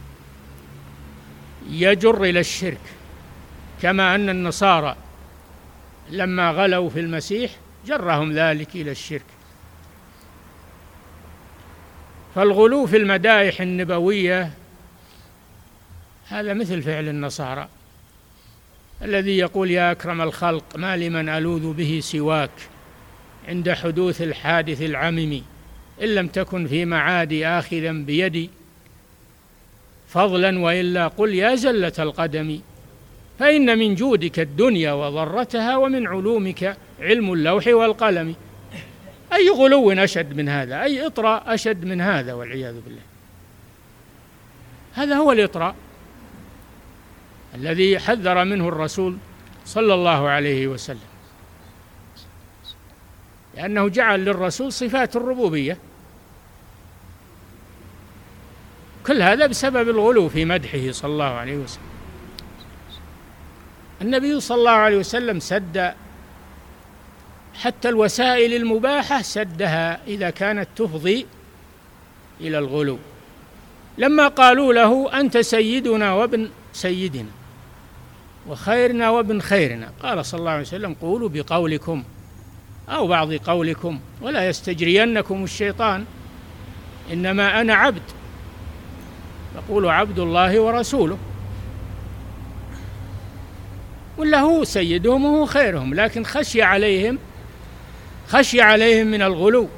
يجر إلى الشرك، كما أن النصارى لما غلوا في المسيح جرهم ذلك إلى الشرك. فالغلو في المدائح النبوية هذا مثل فعل النصارى، الذي يقول يا أكرم الخلق ما لمن ألوذ به سواك عند حدوث الحادث العمم، إن لم تكن في معادي آخذا بيدي فضلا وإلا قل يا زلة القدم، فإن من جودك الدنيا وضرتها ومن علومك علم اللوح والقلم. أي غلو أشد من هذا؟ أي إطراء أشد من هذا؟ والعياذ بالله. هذا هو الإطراء الذي حذر منه الرسول صلى الله عليه وسلم، لأنه جعل للرسول صفات الربوبية، كل هذا بسبب الغلو في مدحه صلى الله عليه وسلم. النبي صلى الله عليه وسلم سد حتى الوسائل المباحة، سدها إذا كانت تفضي إلى الغلو. لما قالوا له أنت سيدنا وابن سيدنا وخيرنا وابن خيرنا، قال صلى الله عليه وسلم قولوا بقولكم أو بعض قولكم ولا يستجرينكم الشيطان، إنما أنا عبد، فقولوا عبد الله ورسوله، ولا هو سيدهم وهو خيرهم، لكن خشي عليهم خشي عليهم من الغلو.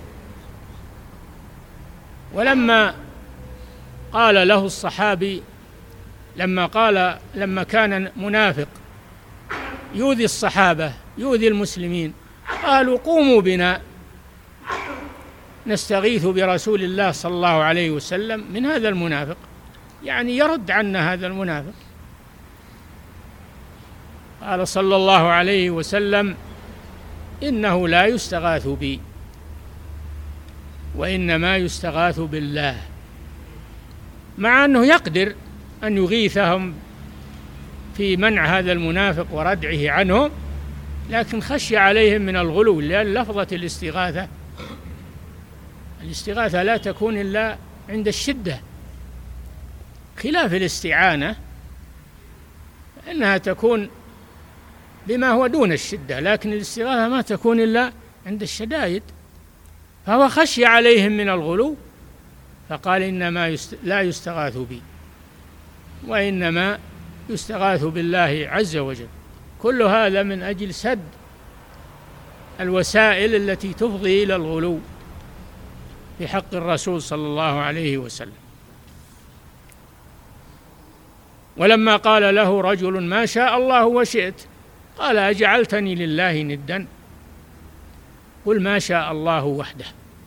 ولما قال له الصحابي، لما قال لما كان منافق يؤذي الصحابة يؤذي المسلمين، قالوا قوموا بنا نستغيث برسول الله صلى الله عليه وسلم من هذا المنافق، يعني يرد عنا هذا المنافق. قال صلى الله عليه وسلم إنه لا يستغاث بي وإنما يستغاث بالله، مع أنه يقدر أن يغيثهم في منع هذا المنافق وردعه عنهم، لكن خشي عليهم من الغلو، لأن لفظة الاستغاثة الاستغاثة لا تكون إلا عند الشدة، خلاف الاستعانة إنها تكون بما هو دون الشدة، لكن الاستغاثة ما تكون إلا عند الشدائد. فهو خشي عليهم من الغلو فقال إنما يست... لا يستغاث بي وإنما يستغاث بالله عز وجل. كل هذا من أجل سد الوسائل التي تفضي إلى الغلو في حق الرسول صلى الله عليه وسلم. ولما قال له رجل ما شاء الله وشئت، قال أجعلتني لله ندا، قل ما شاء الله وحده،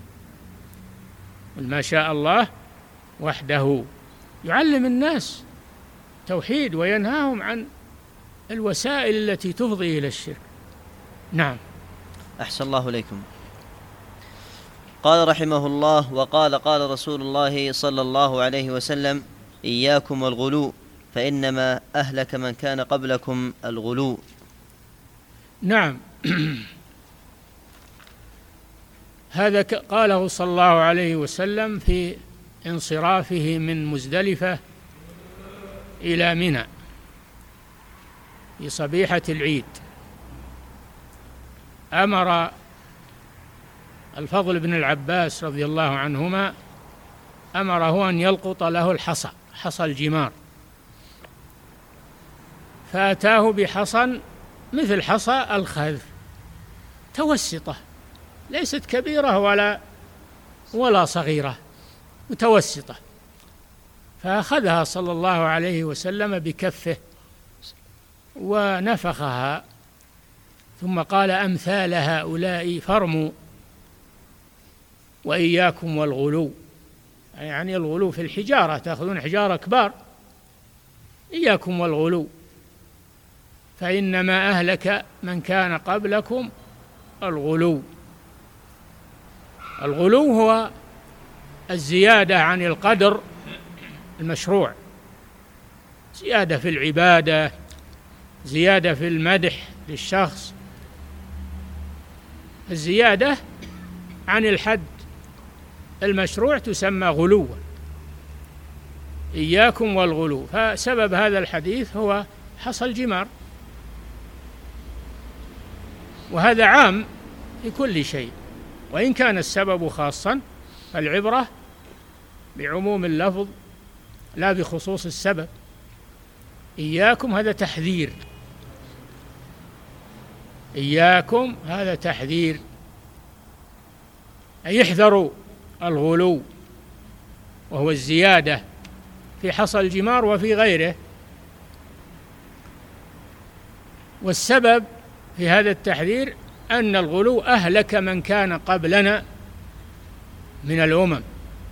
قل ما شاء الله وحده. يعلم الناس توحيد وينهاهم عن الوسائل التي تفضي إلى الشرك. نعم. أحسن الله إليكم. قال رحمه الله: وقال قال رسول الله صلى الله عليه وسلم: إياكم والغلو فإنما أهلك من كان قبلكم الغلو. نعم. هذا قاله صلى الله عليه وسلم في انصرافه من مزدلفة إلى منى في صبيحة العيد. أمر الفضل بن العباس رضي الله عنهما أمره أن يلقط له الحصى، حصى الجمار، فأتاه بحصى مثل حصى الخذف، متوسطة، ليست كبيرة ولا ولا صغيرة، متوسطة. فأخذها صلى الله عليه وسلم بكفه ونفخها، ثم قال: أمثال هؤلاء فارموا وإياكم والغلو، يعني الغلو في الحجارة، تأخذون حجارة كبار إياكم والغلو فإنما أهلك من كان قبلكم الغلو. الغلو هو الزيادة عن القدر المشروع، زيادة في العبادة، زيادة في المدح للشخص، الزيادة عن الحد المشروع تسمى غلوا. إياكم والغلو. فسبب هذا الحديث هو حصى الجمار، وهذا عام في كل شيء، وإن كان السبب خاصا فالعبرة بعموم اللفظ لا بخصوص السبب. إياكم هذا تحذير، إياكم هذا تحذير، أي احذروا الغلو، وهو الزيادة في حصى الجمار وفي غيره. والسبب في هذا التحذير أن الغلو أهلك من كان قبلنا من الأمم.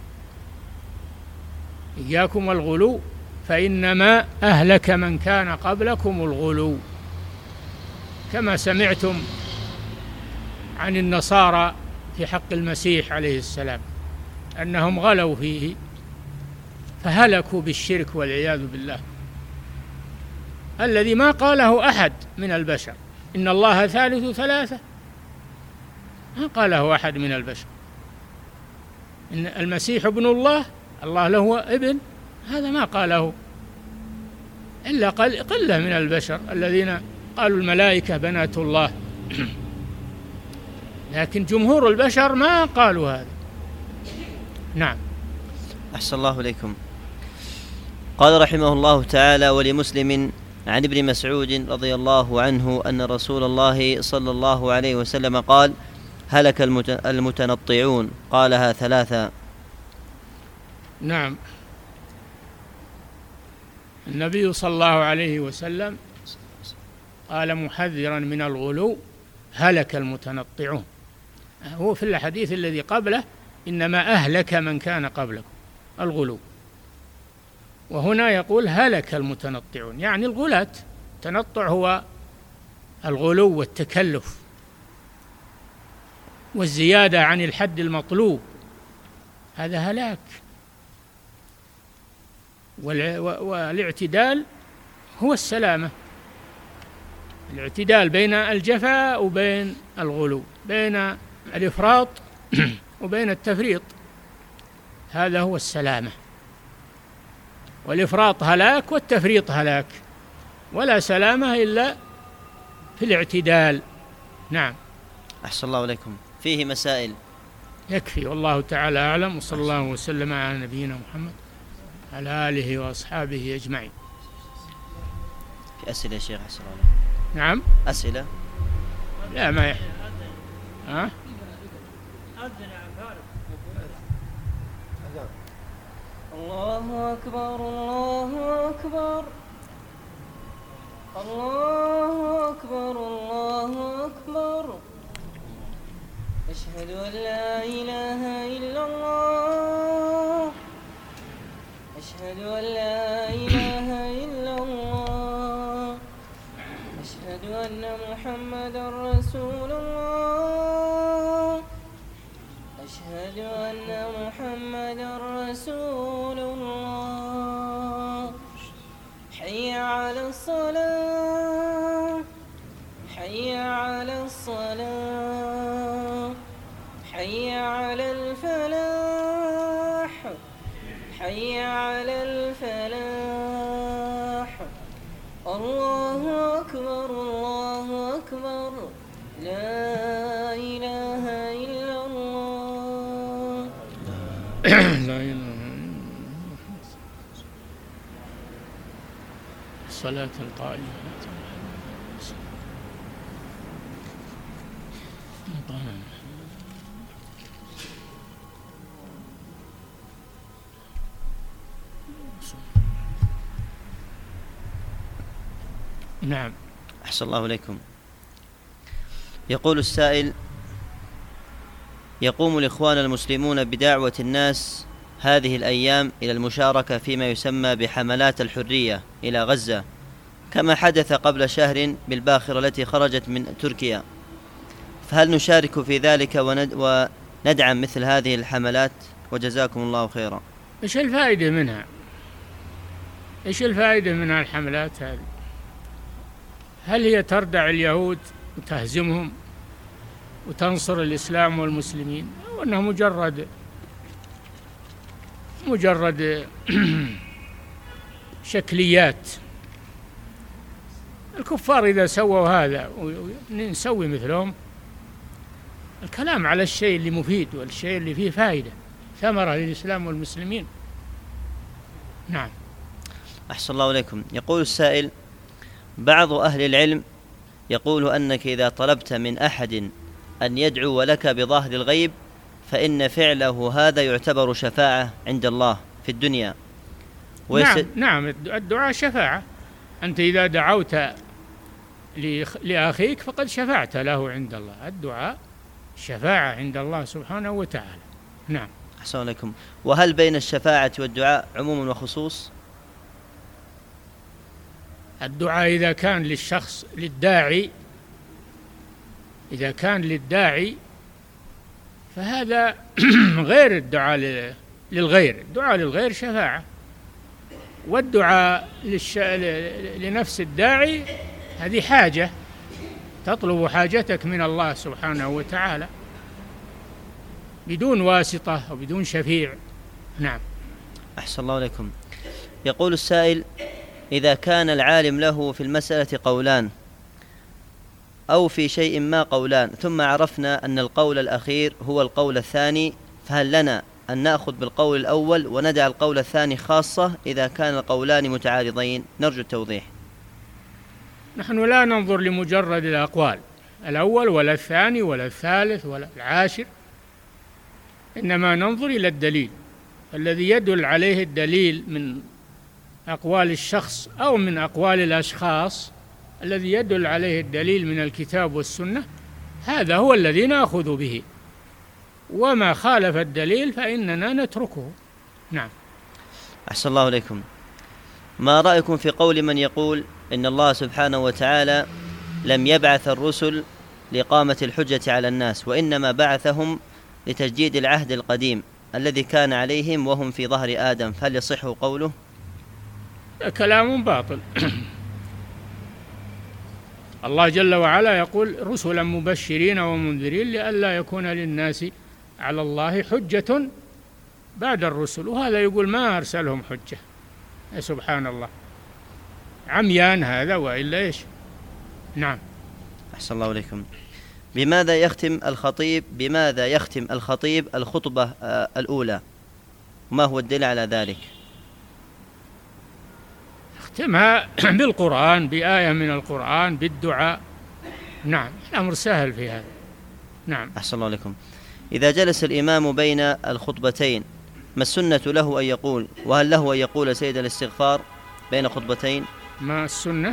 إياكم والغلو فإنما أهلك من كان قبلكم الغلو، كما سمعتم عن النصارى في حق المسيح عليه السلام أنهم غلوا فيه فهلكوا بالشرك والعياذ بالله، الذي ما قاله أحد من البشر. إن الله ثالث ثلاثة، ما قاله أحد من البشر. إن المسيح ابن الله، الله له ابن، هذا ما قاله إلا قلة من البشر الذين قالوا الملائكة بنات الله لكن جمهور البشر ما قالوا هذا. نعم. أحسن الله إليكم. قال رحمه الله تعالى: ولمسلم عن ابن مسعود رضي الله عنه أن رسول الله صلى الله عليه وسلم قال: هلك المتنطعون، قالها ثلاثا. نعم. النبي صلى الله عليه وسلم قال محذرا من الغلو: هلك المتنطعون. هو في الحديث الذي قبله إنما أهلك من كان قبلكم الغلو، وهنا يقول هلك المتنطعون، يعني الغلاة. التنطع هو الغلو والتكلف والزيادة عن الحد المطلوب، هذا هلاك. والاعتدال هو السلامة، الاعتدال بين الجفاء وبين الغلو، بين الإفراط وبين التفريط، هذا هو السلامة. والإفراط هلاك والتفريط هلاك، ولا سلامة إلا في الاعتدال. نعم. أحسن الله إليكم. فيه مسائل. يكفي، والله تعالى أعلم، وصلى الله وسلم على نبينا محمد على آله وأصحابه أجمعين. في أسئلة يا شيخ؟ أحسن الله. نعم. أسئلة؟ لا ما يحب. ها؟ الله أكبر الله أكبر الله أكبر الله أكبر أشهد أن لا إله إلا الله أشهد أن لا إله إلا الله أشهد أن محمدا رسول الله أشهد أن محمدا رسول الله حي على الصلاة حي على الصلاة حي على الفلاح حي على الفلاح الله أكبر الله أكبر لا إله إلا الله لا إله. الصلاة القائمة. نعم. أحسن الله إليكم. يقول السائل: يقوم الإخوان المسلمون بدعوة الناس هذه الأيام إلى المشاركة فيما يسمى بحملات الحرية إلى غزة، كما حدث قبل شهر بالباخرة التي خرجت من تركيا، فهل نشارك في ذلك وندعم مثل هذه الحملات؟ وجزاكم الله خيرا. إيش الفائدة منها؟ إيش الفائدة من الحملات هذه؟ هل هي تردع اليهود وتهزمهم وتنصر الإسلام والمسلمين، أو أنها مجرد مجرد شكليات؟ الكفار إذا سووا هذا ونسوي مثلهم. الكلام على الشيء اللي مفيد والشيء اللي فيه فائدة، ثمرة للإسلام والمسلمين. نعم. أحسن الله إليكم. يقول السائل: بعض أهل العلم يقول أنك إذا طلبت من أحد أن يدعو لك بظاهر الغيب فإن فعله هذا يعتبر شفاعة عند الله في الدنيا. نعم نعم الدعاء شفاعة. أنت إذا دعوت لأخيك فقد شفعت له عند الله. الدعاء شفاعة عند الله سبحانه وتعالى. نعم. أحسن عليكم. وهل بين الشفاعة والدعاء عموم وخصوص؟ الدعاء إذا كان للشخص للداعي إذا كان للداعي فهذا غير الدعاء للغير. الدعاء للغير شفاعة، والدعاء للش... لنفس الداعي هذه حاجة، تطلب حاجتك من الله سبحانه وتعالى بدون واسطة وبدون شفيع. نعم. أحسن الله عليكم. يقول السائل: إذا كان العالم له في المسألة قولان أو في شيء ما قولان، ثم عرفنا أن القول الأخير هو القول الثاني، فهل لنا أن نأخذ بالقول الأول وندع القول الثاني خاصة إذا كان القولان متعارضين؟ نرجو التوضيح. نحن لا ننظر لمجرد الأقوال الأول ولا الثاني ولا الثالث ولا العاشر، إنما ننظر إلى الدليل الذي يدل عليه الدليل من أقوال الشخص أو من أقوال الأشخاص، الذي يدل عليه الدليل من الكتاب والسنة، هذا هو الذي نأخذ به، وما خالف الدليل فإننا نتركه. نعم. أحسن الله إليكم. ما رأيكم في قول من يقول إن الله سبحانه وتعالى لم يبعث الرسل لإقامة الحجة على الناس، وإنما بعثهم لتجديد العهد القديم الذي كان عليهم وهم في ظهر آدم، فهل يصح قوله؟ كلام باطل. الله جل وعلا يقول: رسلا مبشرين ومنذرين لئلا يكون للناس على الله حجة بعد الرسل، وهذا يقول ما أرسلهم حجة. سبحان الله، عميان هذا وإلا إيش. نعم. أحسن الله عليكم. بماذا يختم الخطيب بماذا يختم الخطيب الخطبة الأولى؟ ما هو الدليل على ذلك؟ يختمها بالقرآن، بآية من القرآن، بالدعاء. نعم، الأمر سهل في هذا. نعم. أحسن الله عليكم. إذا جلس الإمام بين الخطبتين ما السنة له أن يقول؟ وهل له أن يقول سيد الاستغفار بين خطبتين؟ ما السنة؟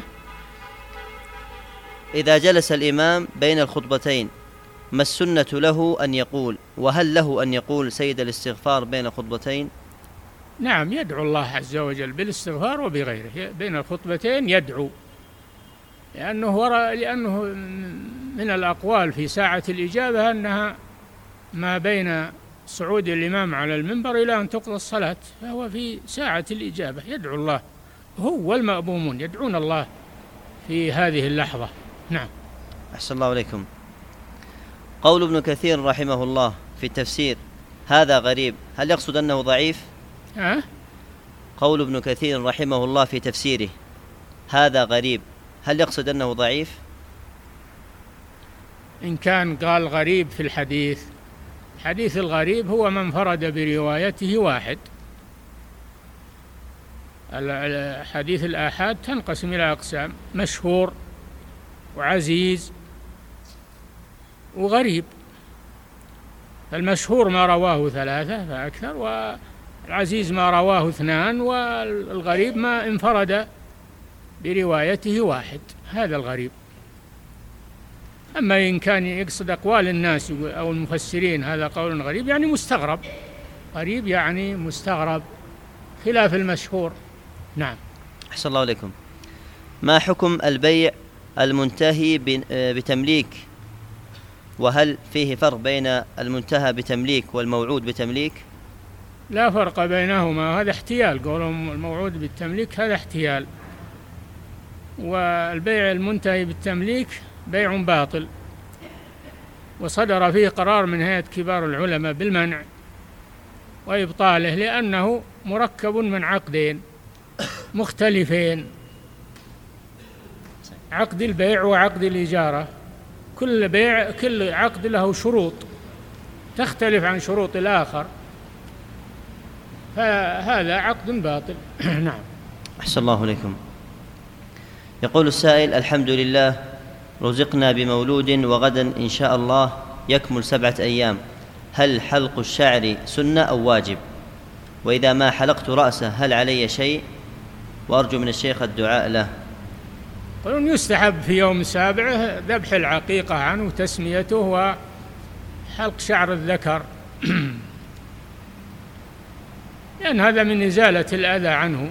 إذا جلس الإمام بين الخطبتين ما السنة له أن يقول؟ وهل له أن يقول سيد الاستغفار بين خطبتين؟ نعم، يدعو الله عز وجل بالاستغفار وبغيره بين الخطبتين، يدعو، لأنه وراء لأنه من الأقوال في ساعة الإجابة أنها ما بين صعود الإمام على المنبر إلى أن تقضى الصلاة، فهو في ساعة الإجابة يدعو الله، هو والمأمومون يدعون الله في هذه اللحظة. نعم. أحسن الله عليكم. قول ابن كثير رحمه الله في التفسير هذا غريب، هل يقصد أنه ضعيف؟ أه؟ قول ابن كثير رحمه الله في تفسيره هذا غريب، هل يقصد أنه ضعيف؟ إن كان قال غريب في الحديث، الحديث الغريب هو من فرد بروايته واحد. الحديث الآحاد تنقسم إلى أقسام: مشهور وعزيز وغريب. المشهور ما رواه ثلاثة فأكثر، والعزيز ما رواه اثنان، والغريب ما انفرد بروايته واحد، هذا الغريب. أما إن كان يقصد أقوال الناس أو المفسرين هذا قول غريب يعني مستغرب، قريب يعني مستغرب خلاف المشهور. نعم. أحسن الله عليكم. ما حكم البيع المنتهي بتمليك، وهل فيه فرق بين المنتهى بتمليك والموعود بتمليك؟ لا فرق بينهما، هذا احتيال، قولهم الموعود بالتمليك هذا احتيال، والبيع المنتهي بالتمليك بيع باطل، وصدر فيه قرار من هيئة كبار العلماء بالمنع وإبطاله، لأنه مركب من عقدين مختلفين، عقد البيع وعقد الإجارة. كل بيع كل عقد له شروط تختلف عن شروط الآخر، فهذا عقد باطل. نعم. أحسن الله عليكم. يقول السائل: الحمد لله رزقنا بمولود وغدا إن شاء الله يكمل سبعة أيام، هل حلق الشعر سنة أو واجب؟ وإذا ما حلقت رأسه هل علي شيء؟ وأرجو من الشيخ الدعاء له. يقولون يستحب في يوم السابع ذبح العقيقة عنه وتسميته وحلق شعر الذكر لأن هذا من إزالة الأذى عنه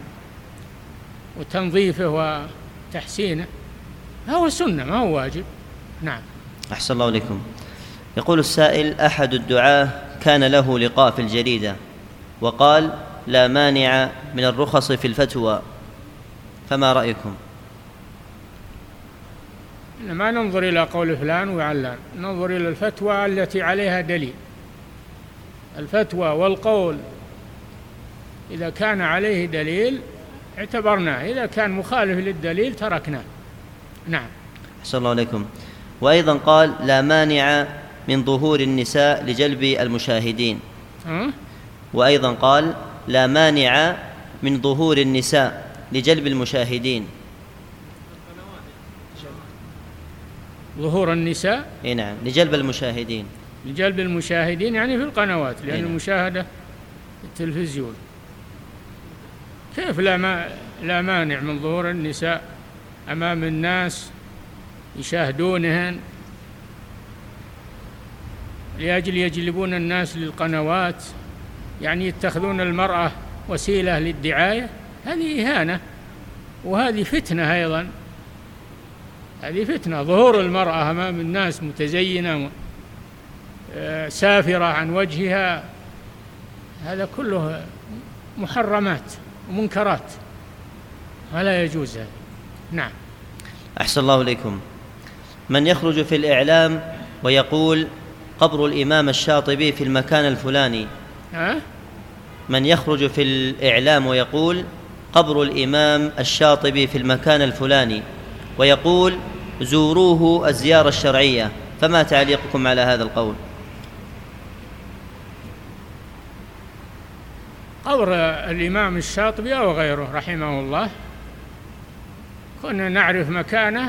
وتنظيفه وتحسينه، هو سنة ما هو واجب. نعم. أحسن الله عليكم. يقول السائل: أحد الدعاة كان له لقاء في الجريدة وقال: لا مانع من الرخص في الفتوى، فما رأيكم؟ ما ننظر إلى قول فلان وعلان، ننظر إلى الفتوى التي عليها دليل. الفتوى والقول إذا كان عليه دليل اعتبرناه، إذا كان مخالف للدليل تركناه. نعم. أحسن الله عليكم. وأيضا قال: لا مانع من ظهور النساء لجلب المشاهدين. أه؟ وأيضا قال: لا مانع من ظهور النساء لجلب المشاهدين. ظهور النساء؟ إيه نعم، لجلب المشاهدين. لجلب المشاهدين يعني في القنوات، لأن نعم. المشاهدة التلفزيون. كيف لا, ما لا مانع من ظهور النساء أمام الناس يشاهدونهن لأجل يجلبون الناس للقنوات، يعني يتخذون المرأة وسيلة للدعاية؟ هذه إهانة وهذه فتنة أيضا، هذه فتنة. ظهور المرأة أمام الناس متزينة سافرة عن وجهها، هذا كله محرمات ومنكرات ولا يجوز هذا. نعم. أحسن الله إليكم. من يخرج في الإعلام ويقول قبر الإمام الشاطبي في المكان الفلاني، أه؟ من يخرج في الإعلام ويقول قبر الإمام الشاطبي في المكان الفلاني ويقول زوروه الزيارة الشرعية، فما تعليقكم على هذا القول؟ قبر الإمام الشاطبي أو غيره رحمه الله كنا نعرف مكانه،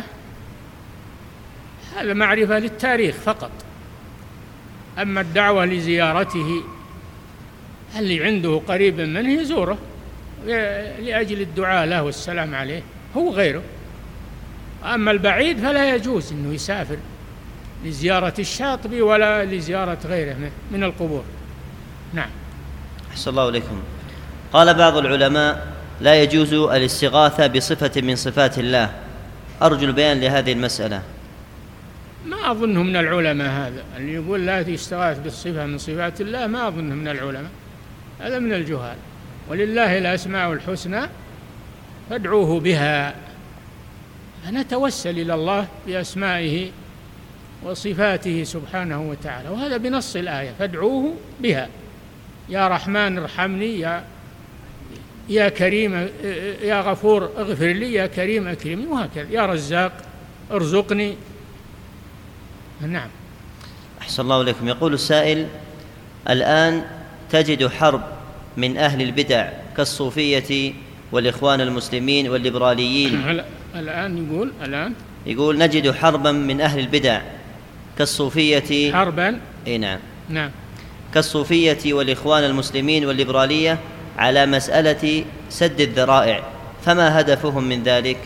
هذا معرفة للتاريخ فقط. أما الدعوة لزيارته اللي عنده قريب منه يزوره لأجل الدعاء له والسلام عليه هو غيره. أما البعيد فلا يجوز أنه يسافر لزيارة الشاطبي ولا لزيارة غيره من القبور. نعم. أحسن الله إليكم. قال بعض العلماء لا يجوز الاستغاثة بصفة من صفات الله، أرجو البيان لهذه المسألة. ما أظنه من العلماء هذا اللي يقول لا تستغاث بالصفة من صفات الله، ما أظنه من العلماء، هذا من الجهال. ولله الأسماء الحسنى فادعوه بها، فنتوسل إلى الله بأسمائه وصفاته سبحانه وتعالى، وهذا بنص الآية فادعوه بها. يا رحمن ارحمني، يا يا كريم يا غفور اغفر لي، يا كريم أكرمني، وهكذا. يا رزاق ارزقني. نعم. أحسن الله إليكم. يقول السائل: الآن تجد حرب من أهل البدع كالصوفية والإخوان المسلمين والليبراليين. الآن يقول الآن يقول نجد حربا من أهل البدع كالصوفية. حربا؟ إيه نعم. نعم. كالصوفية والإخوان المسلمين والليبرالية على مسألة سد الذرائع، فما هدفهم من ذلك؟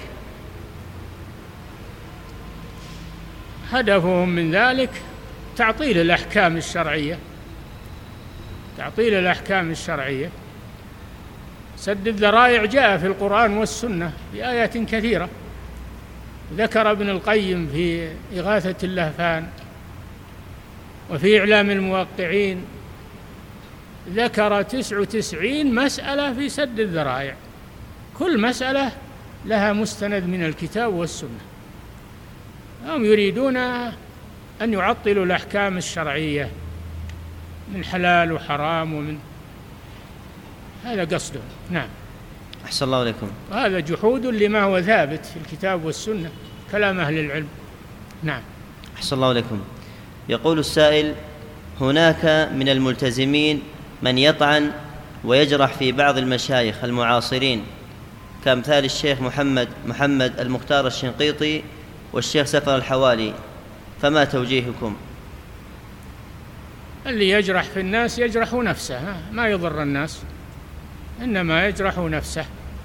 هدفهم من ذلك تعطيل الأحكام الشرعية تعطيل الأحكام الشرعية. سد الذرائع جاء في القرآن والسنة بآيات كثيرة. ذكر ابن القيم في إغاثة اللهفان وفي إعلام الموقعين، ذكر تسع وتسعين مسألة في سد الذرائع، كل مسألة لها مستند من الكتاب والسنة. هم يريدون أن يعطلوا الأحكام الشرعية من حلال وحرام، ومن هذا قصدهم. نعم. أحسن الله عليكم. وهذا جحود لما هو ثابت في الكتاب والسنة، كلام أهل العلم. نعم. أحسن الله عليكم. يقول السائل: هناك من الملتزمين من يطعن ويجرح في بعض المشايخ المعاصرين كأمثال الشيخ محمد محمد المختار الشنقيطي والشيخ سفر الحوالي، فما توجيهكم؟ اللي يجرح في الناس يجرح نفسه، ما يضر الناس، إنما يجرح نفسه.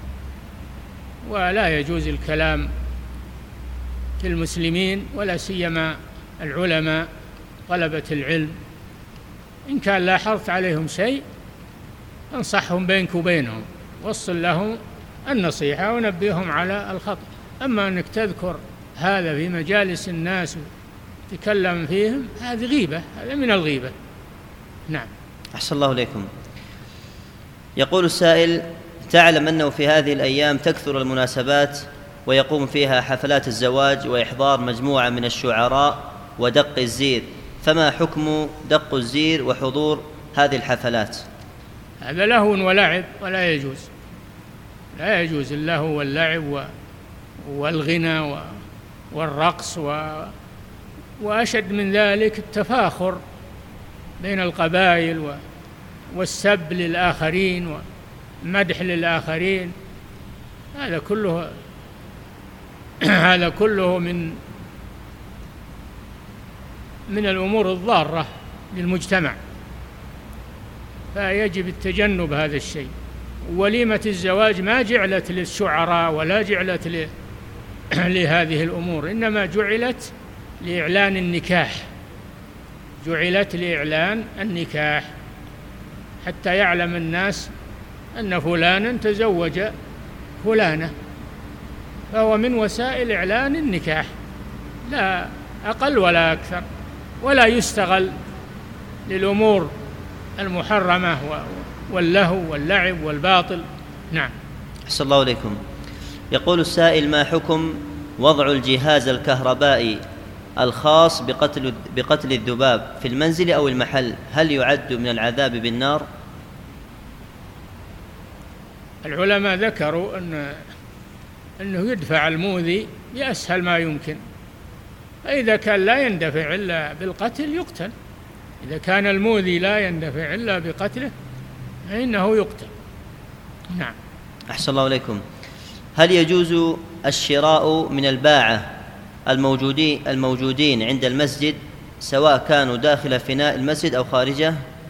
ولا يجوز الكلام في المسلمين ولا سيما العلماء طلبة العلم. إن كان لاحظت عليهم شيء انصحهم بينك وبينهم، وصل لهم النصيحة ونبههم على الخطأ. أما أنك تذكر هذا في مجالس الناس وتكلم فيهم، هذه غيبة، هذا من الغيبة. نعم. أحسن الله إليكم. يقول السائل: تعلم أنه في هذه الأيام تكثر المناسبات ويقوم فيها حفلات الزواج وإحضار مجموعة من الشعراء ودق الزير، فما حكم دق الزير وحضور هذه الحفلات؟ هذا لهو ولعب ولا يجوز، لا يجوز اللهو واللعب والغنى والرقص، وأشد من ذلك التفاخر بين القبائل والسب للآخرين ومدح للآخرين. هذا كله هذا كله من من الأمور الضارة للمجتمع، فيجب التجنب هذا الشيء. وليمة الزواج ما جعلت للشعراء ولا جعلت لهذه الأمور، إنما جعلت لإعلان النكاح، جعلت لإعلان النكاح حتى يعلم الناس أن فلانا تزوج فلانة، فهو من وسائل إعلان النكاح لا أقل ولا أكثر، ولا يستغل للأمور المحرمة واللهو واللعب والباطل. نعم. أحسن الله إليكم. يقول السائل: ما حكم وضع الجهاز الكهربائي الخاص بقتل بقتل الذباب في المنزل أو المحل؟ هل يعد من العذاب بالنار؟ العلماء ذكروا أن أنه يدفع المؤذي بأسهل ما يمكن، فإذا كان لا يندفع إلا بالقتل يقتل. إذا كان المؤذي لا يندفع إلا بقتله فإنه يقتل. نعم. أحسن الله إليكم. هل يجوز الشراء من الباعة الموجودين الموجودين عند المسجد سواء كانوا داخل فناء المسجد أو خارجه؟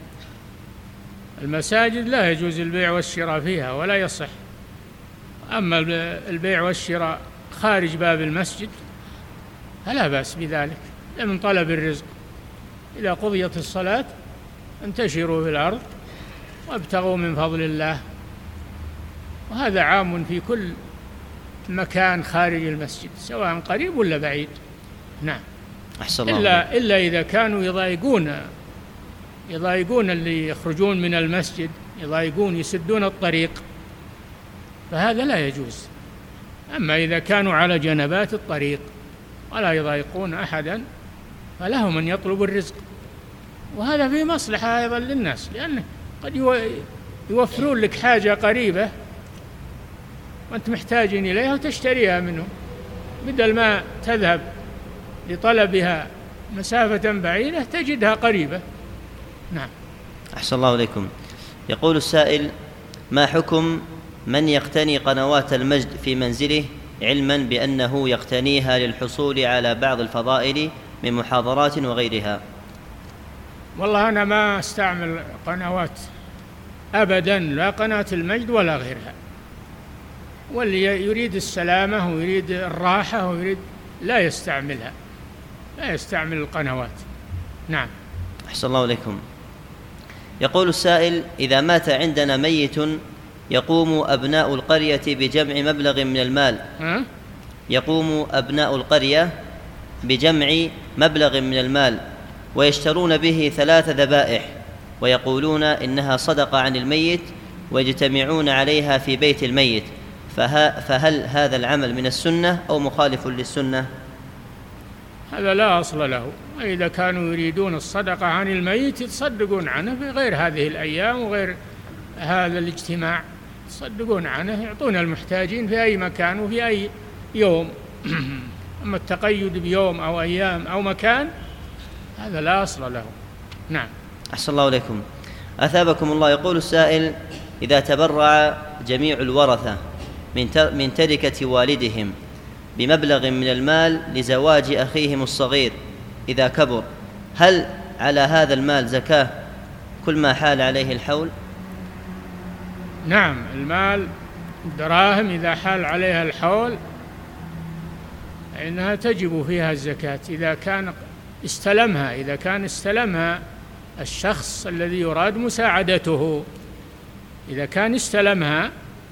المساجد لا يجوز البيع والشراء فيها ولا يصح. أما البيع والشراء خارج باب المسجد فلا بأس بذلك، من طلب الرزق. إذا قضيت الصلاة انتشروا في الأرض وابتغوا من فضل الله، وهذا عام في كل مكان خارج المسجد سواء قريب ولا بعيد. نعم. أحسن الله. إلا, إلا إذا كانوا يضايقون يضايقون اللي يخرجون من المسجد، يضايقون يسدون الطريق، فهذا لا يجوز. أما إذا كانوا على جنبات الطريق ولا يضايقون أحدا فلهم أن يطلبوا الرزق، وهذا في مصلحة أيضا للناس، لأنه قد يوفرون لك حاجة قريبة وأنت محتاج إليها وتشتريها منهم، بدل ما تذهب لطلبها مسافة بعيدة تجدها قريبة. نعم. أحسن الله إليكم. يقول السائل: ما حكم من يقتني قنوات المجد في منزله علما بأنه يقتنيها للحصول على بعض الفضائل من محاضرات وغيرها؟ والله أنا ما استعمل قنوات أبدا، لا قناة المجد ولا غيرها. واللي يريد السلامة ويريد الراحة ويريد لا يستعملها، لا يستعمل القنوات. نعم. أحسن الله إليكم. يقول السائل: إذا مات عندنا ميت يقوم أبناء القرية بجمع مبلغ من المال ها؟ يقوم أبناء القرية بجمع مبلغ من المال ويشترون به ثلاث ذبائح ويقولون إنها صدقة عن الميت ويجتمعون عليها في بيت الميت، فهل هذا العمل من السنة أو مخالف للسنة؟ هذا لا أصل له. إذا كانوا يريدون الصدقة عن الميت يتصدقون عنه في غير هذه الأيام وغير هذا الاجتماع، يتصدقون عنه، يعطون المحتاجين في أي مكان وفي أي يوم. أما التقيد بيوم أو أيام أو مكان هذا لا أصل له. نعم. أحسن الله إليكم. أثابكم الله. يقول السائل: إذا تبرع جميع الورثة من تركة والدهم بمبلغ من المال لزواج أخيهم الصغير إذا كبر، هل على هذا المال زكاة كل ما حال عليه الحول؟ نعم، المال الدراهم إذا حال عليها الحول إنها تجب فيها الزكاة إذا كان استلمها إذا كان استلمها الشخص الذي يراد مساعدته. إذا كان استلمها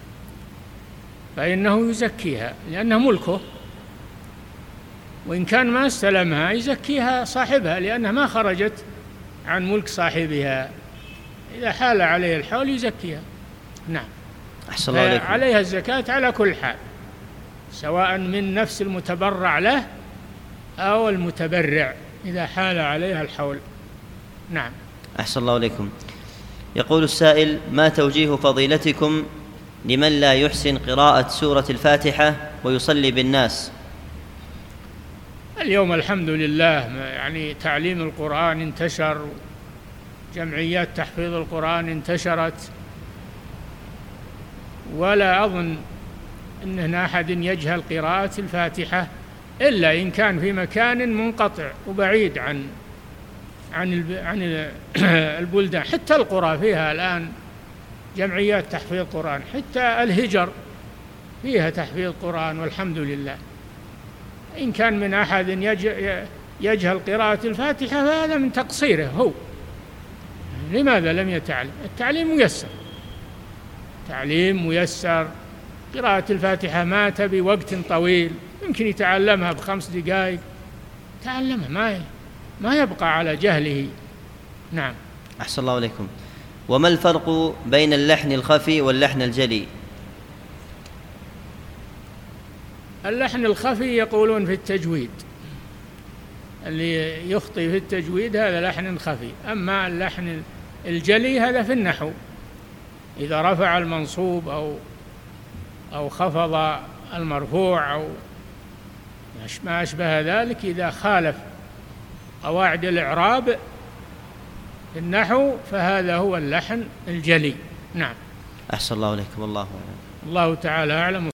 فإنه يزكيها لأنها ملكه، وإن كان ما استلمها يزكيها صاحبها لأنها ما خرجت عن ملك صاحبها. إذا حال عليه الحول يزكيها. نعم. أحسن الله عليكم. عليها الزكاة على كل حال، سواء من نفس المتبرع له أو المتبرع إذا حال عليها الحول. نعم. أحسن الله عليكم. يقول السائل: ما توجيه فضيلتكم لمن لا يحسن قراءة سورة الفاتحة ويصلي بالناس؟ اليوم الحمد لله يعني تعليم القرآن انتشر، جمعيات تحفيظ القرآن انتشرت، ولا أظن أن هنا أحد يجهل قراءة الفاتحة إلا إن كان في مكان منقطع وبعيد عن عن عن البلدان. حتى القرى فيها الآن جمعيات تحفيظ قرآن، حتى الهجر فيها تحفيظ قرآن والحمد لله. إن كان من أحد يجهل قراءة الفاتحة فهذا من تقصيره هو. لماذا لم يتعلم؟ التعليم ميسر، تعليم ميسر. قراءة الفاتحة ما تبي وقت طويل، يمكن يتعلمها بخمس دقائق تعلمها، ما ما يبقى على جهله. نعم. أحسن الله عليكم. وما الفرق بين اللحن الخفي واللحن الجلي؟ اللحن الخفي يقولون في التجويد، اللي يخطي في التجويد هذا لحن خفي. أما اللحن الجلي هذا في النحو، إذا رفع المنصوب أو أو خفض المرفوع أو ما أشبه ذلك، إذا خالف قواعد الإعراب في النحو فهذا هو اللحن الجلي. نعم. أحسن الله عليكم. الله أعلم. الله تعالى أعلم.